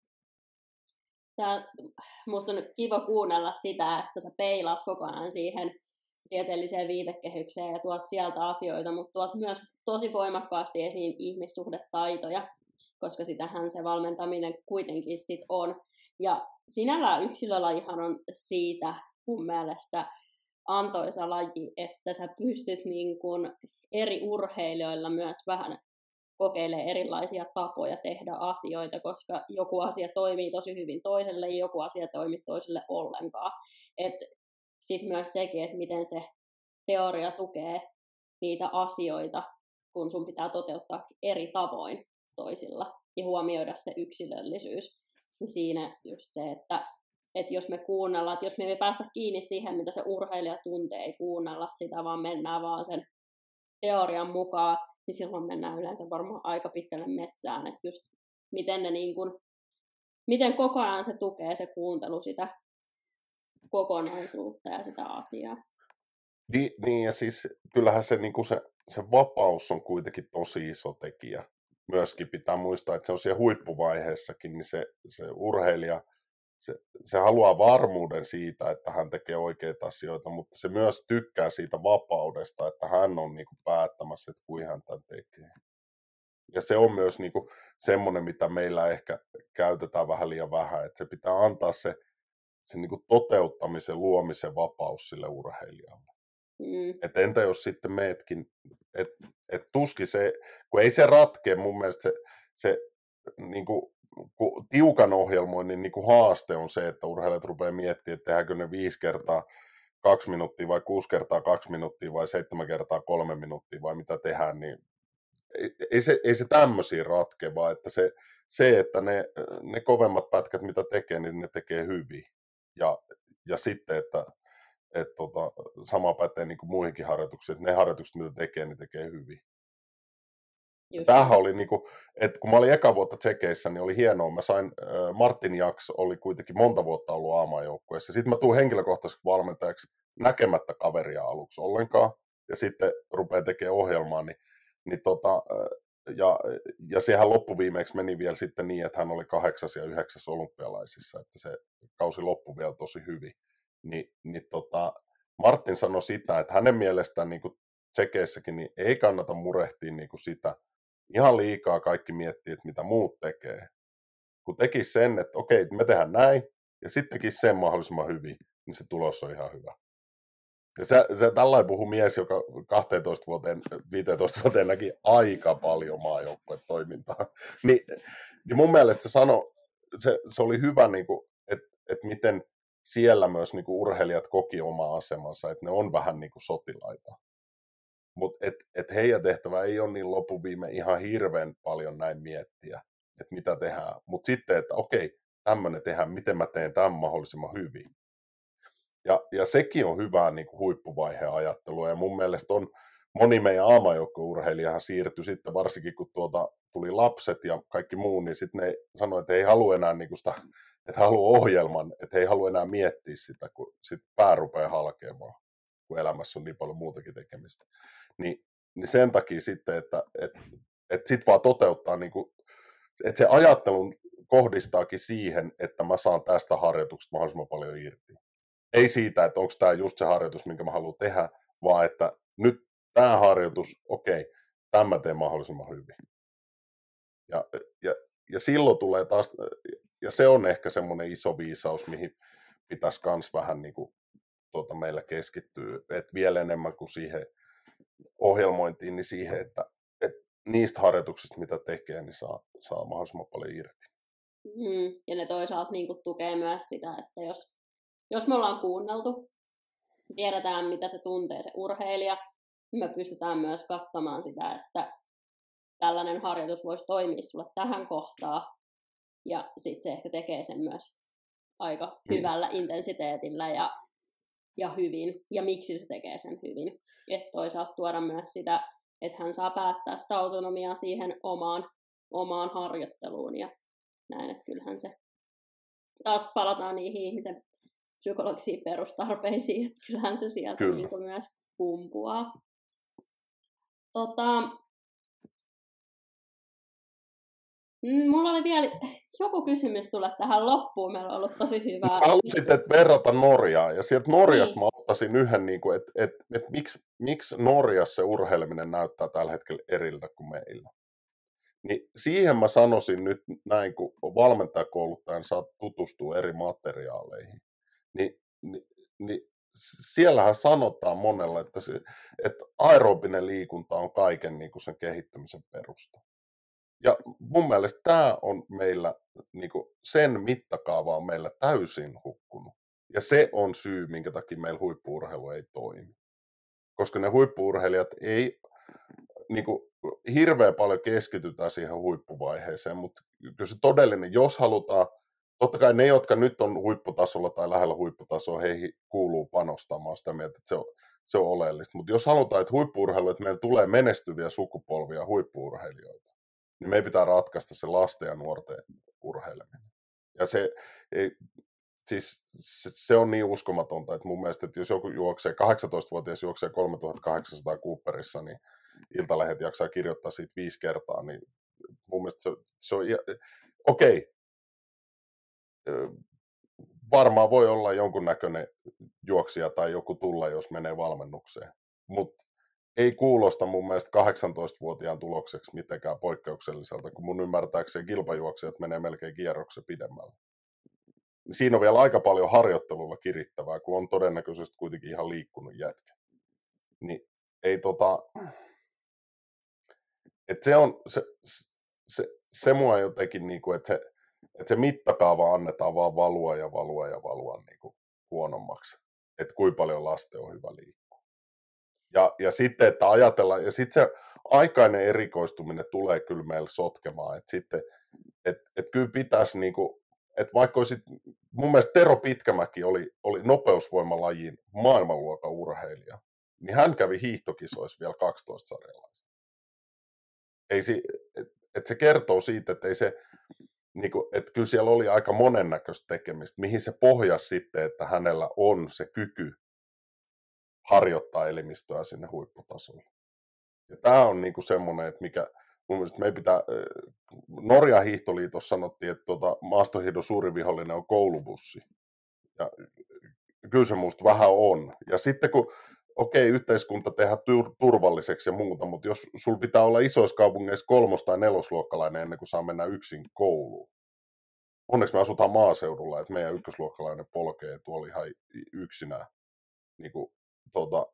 B: Tää, musta on kiva kuunnella sitä, että sä peilaat koko ajan siihen tieteelliseen viitekehykseen ja tuot sieltä asioita, mutta tuot myös tosi voimakkaasti esiin ihmissuhdetaitoja, koska sitähän se valmentaminen kuitenkin sit on. Ja sinällään yksilölajihan on siitä mun mielestä antoisa laji, että sä pystyt niin kun eri urheilijoilla myös vähän kokeilemaan erilaisia tapoja tehdä asioita, koska joku asia toimii tosi hyvin toiselle ja joku asia toimii toiselle ollenkaan. Sitten myös sekin, että miten se teoria tukee niitä asioita, kun sun pitää toteuttaa eri tavoin toisilla ja huomioida se yksilöllisyys. Niin siinä just se, että, että jos me kuunnellaan, että jos me ei päästä kiinni siihen, mitä se urheilija tuntee, ei kuunnella sitä, vaan mennään vaan sen teorian mukaan, niin silloin mennään yleensä varmaan aika pitkälle metsään, että just miten, ne niin kun, miten koko ajan se tukee se kuuntelu sitä kokonaisuutta ja sitä asiaa.
C: Niin, niin ja siis kyllähän se, niin kuin se, se vapaus on kuitenkin tosi iso tekijä. Myöskin pitää muistaa, että se on siellä huippuvaiheessakin, niin se, se urheilija, se, se haluaa varmuuden siitä, että hän tekee oikeita asioita, mutta se myös tykkää siitä vapaudesta, että hän on niin kuin päättämässä, että kuinka hän tämän tekee. Ja se on myös niin kuin semmoinen, mitä meillä ehkä käytetään vähän liian vähän, että se pitää antaa se, se niin kuin toteuttamisen, luomisen vapaus sille urheilijalle.
B: Mm.
C: Että entä jos sitten meetkin, että et tuskin se, kun ei se ratkea mun mielestä se, se niin kuin, kun tiukan ohjelmoinnin niin kuin haaste on se, että urheilijat rupeaa miettimään, että tehdäänkö ne viisi kertaa kaksi minuuttia vai kuusi kertaa kaksi minuuttia vai seitsemän kertaa kolme minuuttia vai mitä tehdään, niin ei, ei se, ei se tämmöisiä ratkea, vaan että se, se että ne, ne kovemmat pätkät, mitä tekee, niin ne tekee hyvin. Ja, ja sitten, että et tota, sama pätee niin kuin muihinkin harjoituksiin, että ne harjoitukset, mitä tekee, niin tekee hyvin.
B: Just
C: Tämähän
B: näin.
C: oli, niin kuin, että kun mä olin eka vuotta Tsekeissä, niin oli hienoa. Mä sain, äh, Martin Jaks oli kuitenkin monta vuotta ollut A-maajoukkueessa. Sitten mä tuun henkilökohtaisesti valmentajaksi näkemättä kaveria aluksi ollenkaan. Ja sitten rupean tekemään ohjelmaa. Niin, niin tota, äh, ja, ja sehän loppuviimeksi meni vielä sitten niin, että hän oli kahdeksas ja yhdeksäs olympialaisissa. Että se kausi loppui vielä tosi hyvin. Ni, niin tota, Martin sanoi sitä, että hänen mielestään niin kuin Tsekeissäkin niin ei kannata murehtia niin kuin sitä, ihan liikaa kaikki miettii, että mitä muut tekee. Kun tekisi sen, että okei, me tehdään näin, ja sitten tekisi sen mahdollisimman hyvin, niin se tulos on ihan hyvä. Ja se, se tällainen puhuu mies, joka kaksitoista vuoteen, viisitoista vuoteen näki aika paljon maajoukkuetoimintaa. Ni, niin mun mielestä se, sano, se, se oli hyvä, niin kuin, että, että miten siellä myös niin kuin urheilijat koki omaa asemansa, että ne on vähän niin kuin sotilaita. Mutta et, et heidän tehtävä ei ole niin lopuviime ihan hirveän paljon näin miettiä, että mitä tehdään. Mutta sitten, että okei, tämmöinen tehdään, miten mä teen tämän mahdollisimman hyvin. Ja, ja sekin on hyvää niin kuin huippuvaiheen ajattelua. Ja mun mielestä on moni meidän aamajoukko-urheilijahan siirtyi sitten, varsinkin kun tuota, tuli lapset ja kaikki muu, niin sitten ne sanoi, että he ei halua enää niin kuin sitä, että haluaa ohjelman, että he ei halua enää miettiä sitä, kun sitten pää rupeaa halkeamaan, kun elämässä on niin paljon muutakin tekemistä. Niin, niin sen takia sitten, että et, et sit vaan toteuttaa, niin kuin, että se ajattelun kohdistaakin siihen, että mä saan tästä harjoituksesta mahdollisimman paljon irti. Ei siitä, että onko tämä just se harjoitus, minkä mä haluan tehdä, vaan että nyt tämä harjoitus, okei, tämän mä teen mahdollisimman hyvin. Ja, ja, ja silloin tulee taas, ja se on ehkä semmoinen iso viisaus, mihin pitäisi myös vähän niin kuin, tuota, meillä keskittyä, että vielä enemmän kuin siihen ohjelmointiin, niin siihen, että, että niistä harjoituksista, mitä tekee, niin saa, saa mahdollisimman paljon irti.
B: Mm, ja ne toisaalta niin kuin tukee myös sitä, että jos, jos me ollaan kuunneltu, tiedetään mitä se tuntee se urheilija, niin me pystytään myös katsomaan sitä, että tällainen harjoitus voisi toimia sulle tähän kohtaan, ja sitten se ehkä tekee sen myös aika
C: Niin.
B: hyvällä intensiteetillä ja, ja hyvin, ja miksi se tekee sen hyvin. Että toisaalta tuoda myös sitä, että hän saa päättää sitä autonomiaa siihen omaan, omaan harjoitteluun, ja näin, että kyllähän se, taas palataan niihin ihmisen psykologisiin perustarpeisiin, että kyllähän se sieltä
C: Kyllä.
B: niin kuin myös kumpuaa. Tota, mulla oli vielä joku kysymys sulle tähän loppuun, meillä on ollut tosi hyvää.
C: Sä halusit, että verrata Norjaa, ja sieltä Norjasta
B: Niin.
C: mä ottaisin yhden, niin kuin, että, että, että miksi, miksi Norjassa se urheileminen näyttää tällä hetkellä eriltä kuin meillä. Niin siihen mä sanoisin nyt näin, kun valmentajakouluttajan saa tutustua eri materiaaleihin, niin, niin, niin siellähän sanotaan monella, että, se, että aerobinen liikunta on kaiken niin kuin sen kehittämisen perusta. Ja mun mielestä tämä on meillä, niin kuin sen mittakaava on meillä täysin hukkunut. Ja se on syy, minkä takia meillä huippu-urheilu ei toimi. Koska ne huippu-urheilijat ei, niin kuin, hirveän paljon keskitytään siihen huippuvaiheeseen, mutta kyllä se todellinen, jos halutaan, totta kai ne, jotka nyt on huipputasolla tai lähellä huipputasoa, heihin kuuluu panostamaan sitä mieltä, että se on, se on oleellista. Mutta jos halutaan, että huippu-urheilu, että meillä tulee menestyviä sukupolvia huippu-urheilijoita, niin meidän pitää ratkaista se lasten ja nuorten urheileminen. Ja se, ei, siis, se, se on niin uskomatonta, että mun mielestä, että jos joku juoksee, kahdeksantoistavuotias juoksee kolmetuhattakahdeksansataa Cooperissa, niin Iltalehdet jaksaa kirjoittaa siitä viisi kertaa, niin mun mielestä se, se on, okei, varmaan voi olla jonkunnäköinen juoksija tai joku tulla, jos menee valmennukseen, mutta ei kuulosta mun mielestä kahdeksantoistavuotiaan tulokseksi mitenkään poikkeukselliselta, kun mun ymmärtääkseen kilpajuoksijat menee melkein kierroksen pidemmälle. Siinä on vielä aika paljon harjoittelulla kirittävää, kun on todennäköisesti kuitenkin ihan liikkunut jätkä. Niin ei tota... Et se on, se, se, se mua jotenkin, niinku, että se, et se mittakaava annetaan vaan valua ja valua ja valua niinku huonommaksi. Että kuinka paljon lasten on hyvä liikkua. Ja, ja sitten, että ajatellaan, ja sitten se aikainen erikoistuminen tulee kyllä meillä sotkemaan, että sitten, että et kyllä pitäisi niinku että vaikka olisit, mun mielestä Tero Pitkämäki oli, oli nopeusvoimalajin maailmanluokan urheilija, niin hän kävi hiihtokisoissa vielä kaksitoista sarjalaisia. Ei si, et, et se kertoo siitä, että ei se, niinku, että kyllä siellä oli aika monennäköistä tekemistä, mihin se pohjasi sitten, että hänellä on se kyky harjoittaa elimistöä sinne huipputasolle. Ja tämä on niinku semmoinen, että mikä mun mielestä me pitää, Norjan hiihtoliitossa sanottiin, että tuota, maastohiihdon suurin vihollinen on koulubussi. Ja kyllä se musta vähän on. Ja sitten kun, okei, yhteiskunta tehdään turvalliseksi ja muuta, mutta jos sulla pitää olla isoissa kaupungeissa kolmos- tai nelosluokkalainen ennen kuin saa mennä yksin kouluun. Onneksi me asutaan maaseudulla, että meidän ykkösluokkalainen polkee tuolla ihan yksinään. Niin kuin, tuota,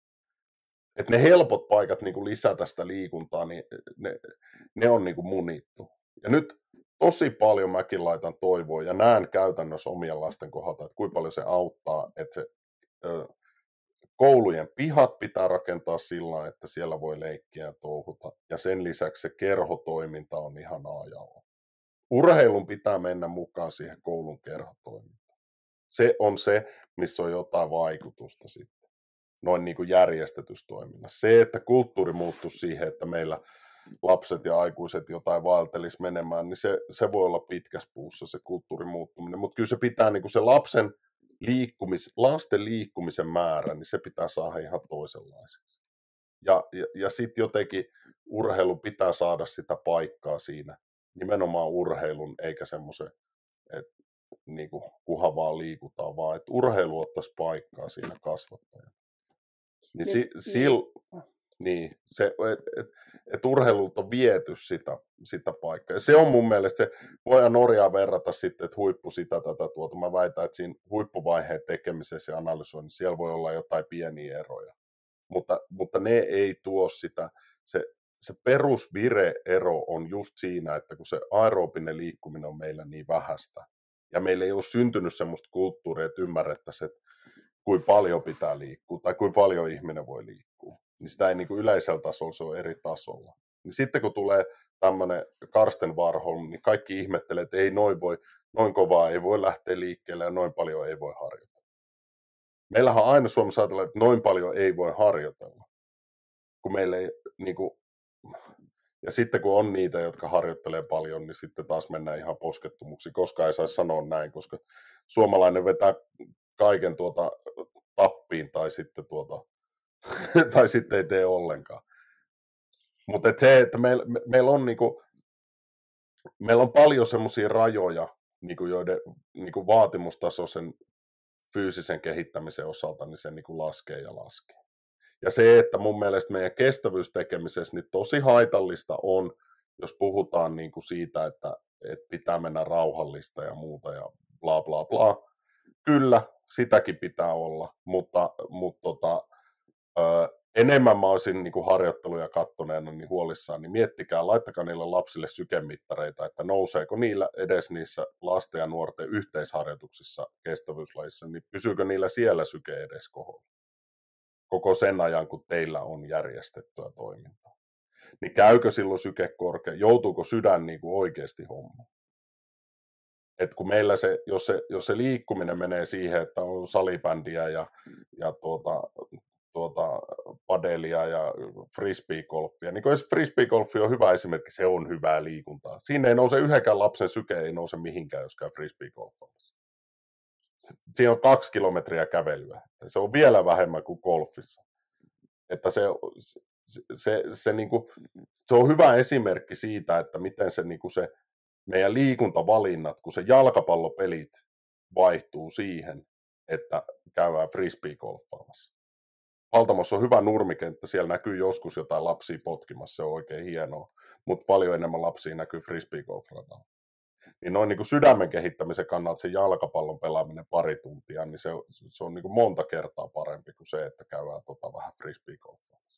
C: että ne helpot paikat niin kuin lisätä sitä liikuntaa, niin ne, ne on niin kuin munittu. Ja nyt tosi paljon mäkin laitan toivoa ja näen käytännössä omien lasten kohdalta, että kuinka paljon se auttaa, että se ö, koulujen pihat pitää rakentaa sillä, että siellä voi leikkiä ja touhuta. Ja sen lisäksi se kerhotoiminta on ihan A ja O. Urheilun pitää mennä mukaan siihen koulun kerhotoimintaan. Se on se, missä on jotain vaikutusta sitten. Noin niin kuin järjestetyssä toiminnassa. Se, että kulttuuri muuttuisi siihen, että meillä lapset ja aikuiset jotain vaeltelisi menemään, niin se, se voi olla pitkässä puussa se kulttuurin muuttuminen. Mutta kyllä se pitää niin kuin se lapsen liikkumis, lasten liikkumisen määrä, niin se pitää saada ihan toisenlaiseksi. Ja, ja, ja sitten jotenkin urheilu pitää saada sitä paikkaa siinä, nimenomaan urheilun, eikä semmoisen, että niin kuin, kunhan vaan liikutaan, vaan että urheilu ottaisi paikkaa siinä kasvattajana. Niin, si, sil, niin se, että et, et urheilulta on viety sitä, sitä paikkaa. Ja se on mun mielestä, se voidaan Norjaa verrata sitten, että huippu sitä tätä tuota. Mä väitän, että siinä huippuvaiheen tekemisessä ja analysoinnissa siellä voi olla jotain pieniä eroja. Mutta, mutta ne ei tuo sitä, se, se perusvire-ero on just siinä, että kun se aerobinen liikkuminen on meillä niin vähäistä, ja meillä ei ole syntynyt semmoista kulttuuria, että ymmärrettäisiin, että kuinka paljon pitää liikkua tai kuinka paljon ihminen voi liikkua. Niin sitä ei niin kuin yleisellä tasolla, se on eri tasolla. Niin sitten kun tulee tämmöinen Karsten Warholm, niin kaikki ihmettelee, että ei noin, voi, noin kovaa ei voi lähteä liikkeelle ja noin paljon ei voi harjoitella. Meillähän on aina Suomessa ajatellaan, että noin paljon ei voi harjoitella. Kun meillä ei, niin kuin, ja sitten kun on niitä, jotka harjoittelee paljon, niin sitten taas mennään ihan poskettumuksi. Koska ei saisi sanoa näin, koska suomalainen vetää kaiken tuota tappiin tai sitten, tuota, tai sitten ei tee ollenkaan. Mutta et se, että meillä me, meil on, niinku, meil on paljon semmoisia rajoja, niinku, joiden niinku, vaatimustasoisen fyysisen kehittämisen osalta niin se niinku, laskee ja laskee. Ja se, että mun mielestä meidän kestävyystekemisessä niin tosi haitallista on, jos puhutaan niinku, siitä, että et pitää mennä rauhallista ja muuta ja bla bla bla. Kyllä, sitäkin pitää olla, mutta, mutta tota, ö, enemmän mä olisin niin kuin harjoitteluja kattoneena niin huolissaan, niin miettikää, laittakaa niille lapsille sykemittareita, että nouseeko niillä edes niissä lasten ja nuorten yhteisharjoituksissa kestävyyslajissa, niin pysyykö niillä siellä syke edes kohdalla? Koko sen ajan, kun teillä on järjestettyä toimintaa. Niin käykö silloin syke korkea? Joutuuko sydän niin kuin oikeasti hommaan? Et kun meillä se, jos se, jos se liikkuminen menee siihen, että on salibändiä ja, ja tuota, tuota, padelia ja frisbeegolfia, niin kun frisbeegolfi on hyvä esimerkki, se on hyvää liikuntaa. Siinä ei nouse yhdenkään lapsen syke, ei nouse mihinkään, jos käy frisbeegolfamassa. Siinä on kaksi kilometriä kävelyä. Se on vielä vähemmän kuin golfissa. Että se, se, se, se, niin kuin, se on hyvä esimerkki siitä, että miten se, niin kuin se meidän liikuntavalinnat, kun se jalkapallopelit vaihtuu siihen, että käydään frisbeegolfaamassa. Paltamossa on hyvä nurmikenttä, siellä näkyy joskus jotain lapsia potkimassa, se on oikein hienoa, mutta paljon enemmän lapsia näkyy frisbeegolfradalla. Niin noin niin kuin sydämen kehittämisen kannalta se jalkapallon pelaaminen pari tuntia, niin se, se on niin kuin monta kertaa parempi kuin se, että käydään tota vähän frisbeegolfaamassa.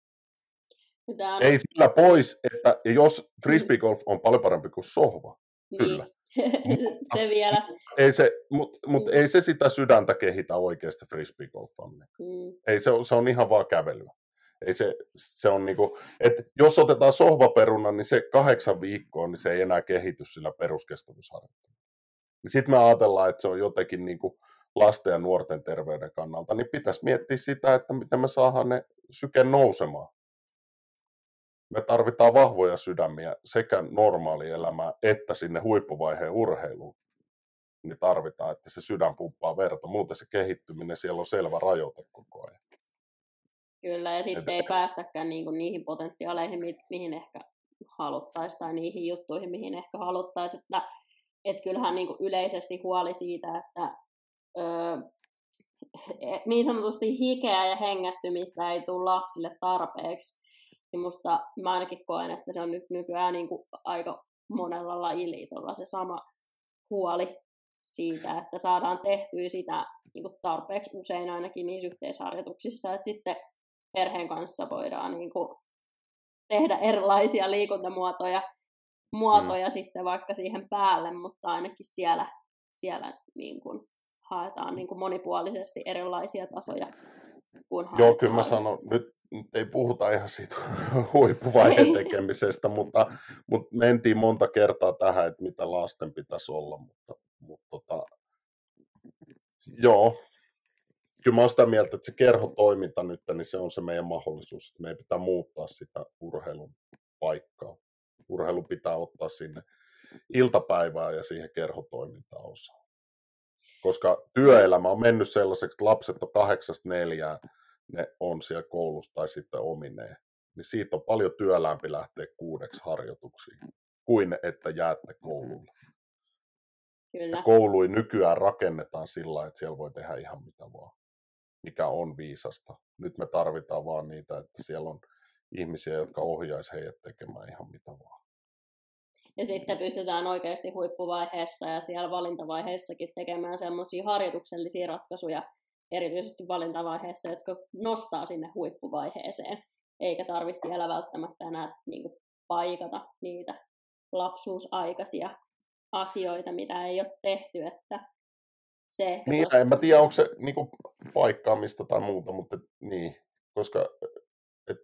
C: On... Ei sillä pois, että jos frisbeegolf on paljon parempi kuin sohva, niin. Kyllä.
B: Se vielä.
C: Ei se, mutta mut mm. ei se sitä sydäntä kehitä oikeasta frisbeegolfaminen. Mm. Ei se, se on ihan vaan kävelyä. Ei se, se on niinku, että jos otetaan sohvaperuna, niin se kahdeksan viikkoa, niin se ei enää kehity sillä peruskestävyysharjoittelulla. niin sitten me ajatellaan, että se on jotenkin niin kuin lasten ja nuorten terveyden kannalta, niin pitäisi miettiä sitä, että miten me saadaan ne syke nousemaan. Me tarvitaan vahvoja sydämiä sekä normaalielämään että sinne huippuvaiheen urheiluun. Niin tarvitaan, että se sydän pumppaa verta. Muuten se kehittyminen, siellä on selvä rajoite koko ajan.
B: Kyllä, ja sitten
C: Et-
B: ei päästäkään niinku niihin potentiaaleihin, mi- mihin ehkä haluttaisiin, tai niihin juttuihin, mihin ehkä haluttaisiin. Että et kyllähän niinku yleisesti huoli siitä, että öö, niin sanotusti hikeä ja hengästymistä ei tule lapsille tarpeeksi. Niin musta mä ainakin koen, että se on nyt nykyään niinku aika monella lajiliitolla se sama huoli siitä, että saadaan tehtyä sitä niinku tarpeeksi usein ainakin niissä yhteisharjoituksissa, että sitten perheen kanssa voidaan niinku tehdä erilaisia liikuntamuotoja muotoja mm. sitten vaikka siihen päälle, mutta ainakin siellä, siellä niinku haetaan niinku monipuolisesti erilaisia tasoja. Kun
C: Joo, kyllä mä sanon, nyt, nyt ei puhuta ihan siitä huippuvaiheen tekemisestä, mutta, mutta mentiin monta kertaa tähän, että mitä lasten pitäisi olla, mutta, mutta tota, joo, kyllä mä oon sitä mieltä, että se kerhotoiminta nyt, niin se on se meidän mahdollisuus, että meidän pitää muuttaa sitä urheilun paikkaa. Urheilu pitää ottaa sinne iltapäivään ja siihen kerhotoimintaan osaan. Koska työelämä on mennyt sellaiseksi, että lapset on kahdeksasta neljään, ne on siellä koulussa tai sitten omineen. Niin siitä on paljon työlämpi lähteä kuudeksi harjoituksiin, kuin että jäätte koululle.
B: Kyllä.
C: Kouluja nykyään rakennetaan sillä lailla, että siellä voi tehdä ihan mitä vaan, mikä on viisasta. Nyt me tarvitaan vaan niitä, että siellä on ihmisiä, jotka ohjaisi heidät tekemään ihan mitä vaan.
B: Ja sitten pystytään oikeasti huippuvaiheessa ja siellä valintavaiheessakin tekemään semmoisia harjoituksellisia ratkaisuja, erityisesti valintavaiheessa, jotka nostaa sinne huippuvaiheeseen, eikä tarvitse siellä välttämättä enää niin kuin paikata niitä lapsuusaikaisia asioita, mitä ei ole tehty. Että se ehkä
C: niin,
B: tos...
C: en mä tiedä, onko se niin kuin paikkaamista tai muuta, mutta niin, koska et,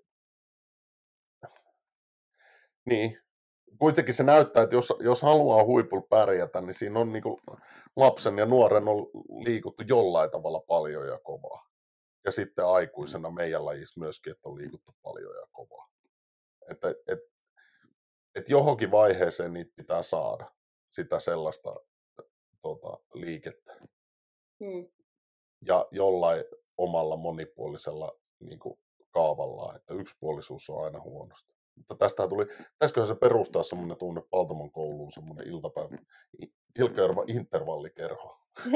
C: niin, kuitenkin se näyttää, että jos, jos haluaa huipulla pärjätä, niin siinä on niin kuin lapsen ja nuoren on liikuttu jollain tavalla paljon ja kovaa. Ja sitten aikuisena meidän lajissa myöskin, että on liikuttu paljon ja kovaa. Että et, et johonkin vaiheeseen niitä pitää saada, sitä sellaista tota, liikettä.
B: Hmm.
C: Ja jollain omalla monipuolisella niin kuin kaavalla, että yksipuolisuus on aina huonosta. Mutta tästä tuli, pitäisiköhän se perustaa semmoinen tunne Paltamon kouluun, semmoinen iltapäivä, Hilkka-Jorva intervallikerho.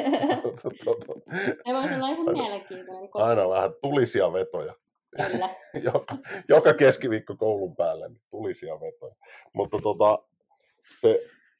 B: Se voisi olla ihan mielenkiintoinen.
C: Koska... Aina vähän tulisia vetoja.
B: Kyllä.
C: joka, joka keskiviikko koulun päälle, niin tulisia vetoja. Mutta tota, se...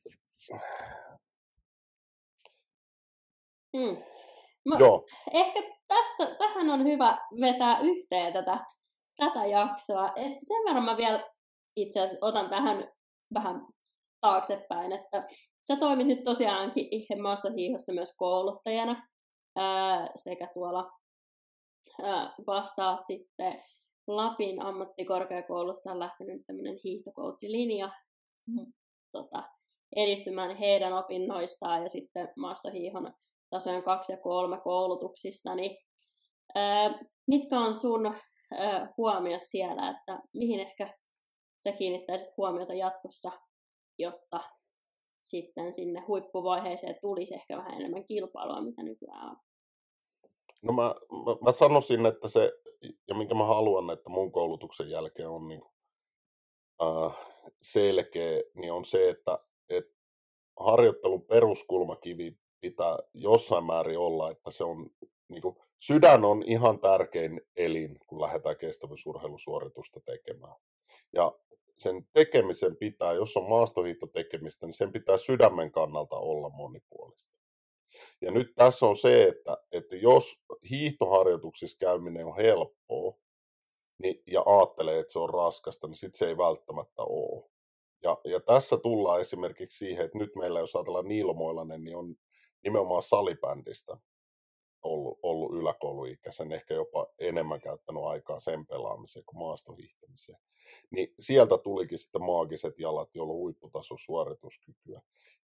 B: Hmm. Mä,
C: Joo.
B: Ehkä tästä, tähän on hyvä vetää yhteen tätä, tätä jaksoa. Et sen verran mä vielä itse asiassa otan tähän vähän taaksepäin, että sä toimit nyt tosiaankin maastohiihdossa myös kouluttajana ää, sekä tuolla ää, vastaat sitten Lapin ammattikorkeakoulussa on lähtenyt tämmöinen hiihtocoachilinja tota, edistymään heidän opinnoistaan ja sitten maastohiihon tasojen kaksi ja kolme koulutuksista, niin ää, mitkä on sun ää, huomiot siellä, että mihin ehkä sä kiinnittäisit huomiota jatkossa, jotta sitten sinne huippuvaiheeseen tulisi ehkä vähän enemmän kilpailua, mitä nykyään on?
C: No mä, mä, mä sanoisin, että se, ja minkä mä haluan, että mun koulutuksen jälkeen on niin, äh, selkeä, niin on se, että, että harjoittelun peruskulmakivi pitää jossain määrin olla, että se on, niin kuin, sydän on ihan tärkein elin, kun lähdetään kestävyysurheilusuoritusta tekemään. Ja sen tekemisen pitää, jos on maastohiihtotekemistä, niin sen pitää sydämen kannalta olla monipuolista. Ja nyt tässä on se, että, että jos hiihtoharjoituksissa käyminen on helppoa niin, ja ajattelee, että se on raskasta, niin sitten se ei välttämättä ole. Ja, ja tässä tullaan esimerkiksi siihen, että nyt meillä, jos ajatellaan Niilo Moilanen, niin on nimenomaan salibändistä ollut, ollut yläkouluikäisen, ehkä jopa enemmän käyttänyt aikaa sen pelaamiseen kuin maastohiihtämiseen. Niin sieltä tulikin sitten maagiset jalat, joilla on huipputason suorituskykyä. Ja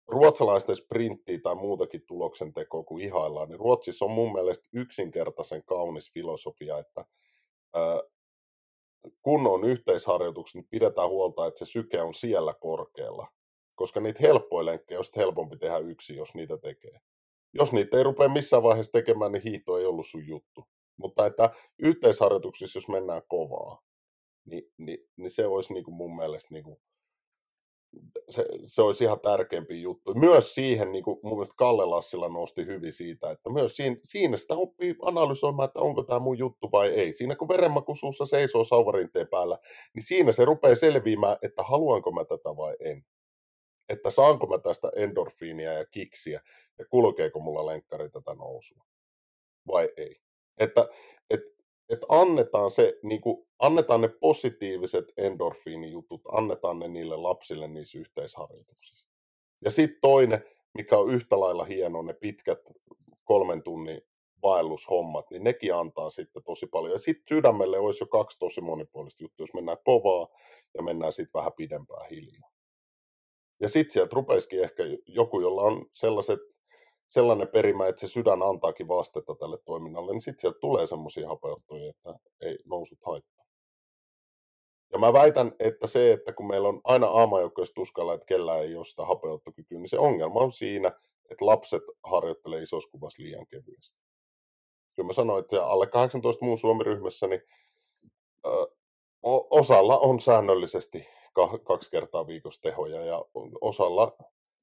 C: ruotsalaisten sprinttiä tai muutakin tuloksentekoa kuin ihaillaan, niin Ruotsissa on mun mielestä yksinkertaisen kaunis filosofia, että ää, kun on yhteisharjoituksia, niin pidetään huolta, että se syke on siellä korkealla, koska niitä helppoja lenkkejä on helpompi tehdä yksin, jos niitä tekee. Jos niitä ei rupea missään vaiheessa tekemään, niin hiihto ei ollut sun juttu. Mutta että yhteisharjoituksissa, jos mennään kovaa, niin, niin, niin se olisi niin kuin mun mielestä niin kuin, se, se olisi ihan tärkeämpi juttu. Myös siihen, niin kuin mun mielestä Kalle Lassila nosti hyvin siitä, että myös siinä, siinä sitä oppii analysoimaan, että onko tämä mun juttu vai ei. Siinä kun verenmaku suussa seisoo sauvarinteen päällä, niin siinä se rupeaa selviämään, että haluanko mä tätä vai en. Että saanko mä tästä endorfiinia ja kiksiä ja kulkeeko mulla lenkkari tätä nousua vai ei. Että et, et annetaan, se, niin kuin, annetaan ne positiiviset endorfiinijutut, annetaan ne niille lapsille niissä yhteisharjoituksissa. Ja sitten toinen, mikä on yhtä lailla hieno, ne pitkät kolmen tunnin vaellushommat, niin nekin antaa sitten tosi paljon. Ja sitten sydämelle olisi jo kaksi tosi monipuolista juttua, jos mennään kovaa ja mennään sitten vähän pidempään hiljaa. Ja sitten sieltä rupeisikin ehkä joku, jolla on sellaiset, sellainen perimä, että se sydän antaakin vastetta tälle toiminnalle, niin sitten sieltä tulee semmoisia hapeuttajia, että ei nousut haittaa. Ja mä väitän, että se, että kun meillä on aina aamajoukkoissa tuskalla, että kellään ei ole sitä hapeuttokykyä, niin se ongelma on siinä, että lapset harjoittelee isossa kuvassa liian kevyesti. Kyllä mä sanoin, että alle kahdeksantoista muun Suomi-ryhmässä, niin ö, osalla on säännöllisesti kaksi kertaa viikossa tehoja ja osalla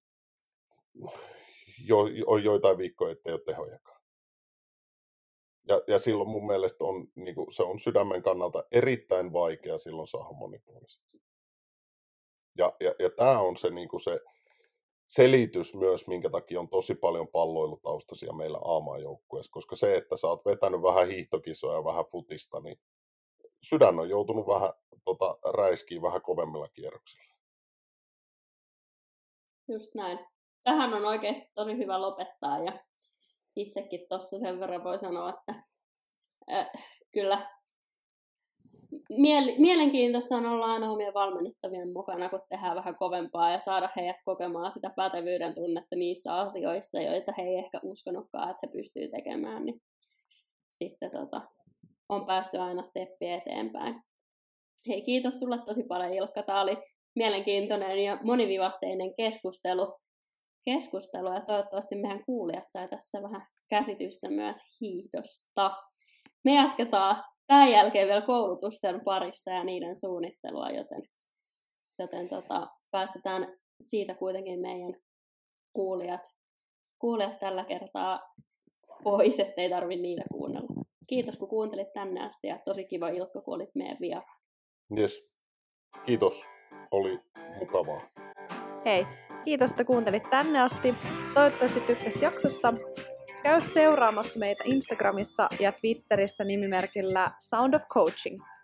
C: jo, on joitain viikkoja, ettei ole tehojakaan. Ja, ja silloin mun mielestä on, niin kuin, se on sydämen kannalta erittäin vaikea silloin saada monipuoliseksi. Ja, ja, ja tämä on se, niin kuin se selitys myös, minkä takia on tosi paljon palloilutaustaisia meillä A-maajoukkueessa, koska se, että sä oot vetänyt vähän hiihtokisoja ja vähän futista, niin sydän on joutunut vähän tota, räiskiin vähän kovemmilla kierroksilla.
B: Just näin. Tähän on oikeasti tosi hyvä lopettaa ja itsekin tuossa sen verran voi sanoa, että äh, kyllä miel- mielenkiintoista on olla aina omien valmennettavien mukana, kun tehdään vähän kovempaa ja saada heidät kokemaan sitä pätevyyden tunnetta niissä asioissa, joita he ei ehkä uskonutkaan, että he pystyy tekemään, niin sitten tota, on päästy aina steppiä eteenpäin. Hei, kiitos sulle tosi paljon, Ilkka. Tämä oli mielenkiintoinen ja monivivahteinen keskustelu. keskustelu ja toivottavasti meidän kuulijat sai tässä vähän käsitystä myös hiihdosta. Me jatketaan tämän jälkeen vielä koulutusten parissa ja niiden suunnittelua, joten, joten tota, päästetään siitä kuitenkin meidän kuulijat, kuulijat tällä kertaa pois, ettei tarvitse niitä kuunnella. Kiitos kun kuuntelit tänne asti ja tosi kiva Ilkka, kun olit meidän vieraan.
C: Yes. Kiitos. Oli mukavaa.
A: Hei, kiitos, että kuuntelit tänne asti. Toivottavasti tykkäsit jaksosta. Käy seuraamassa meitä Instagramissa ja Twitterissä nimimerkillä Sound of Coaching.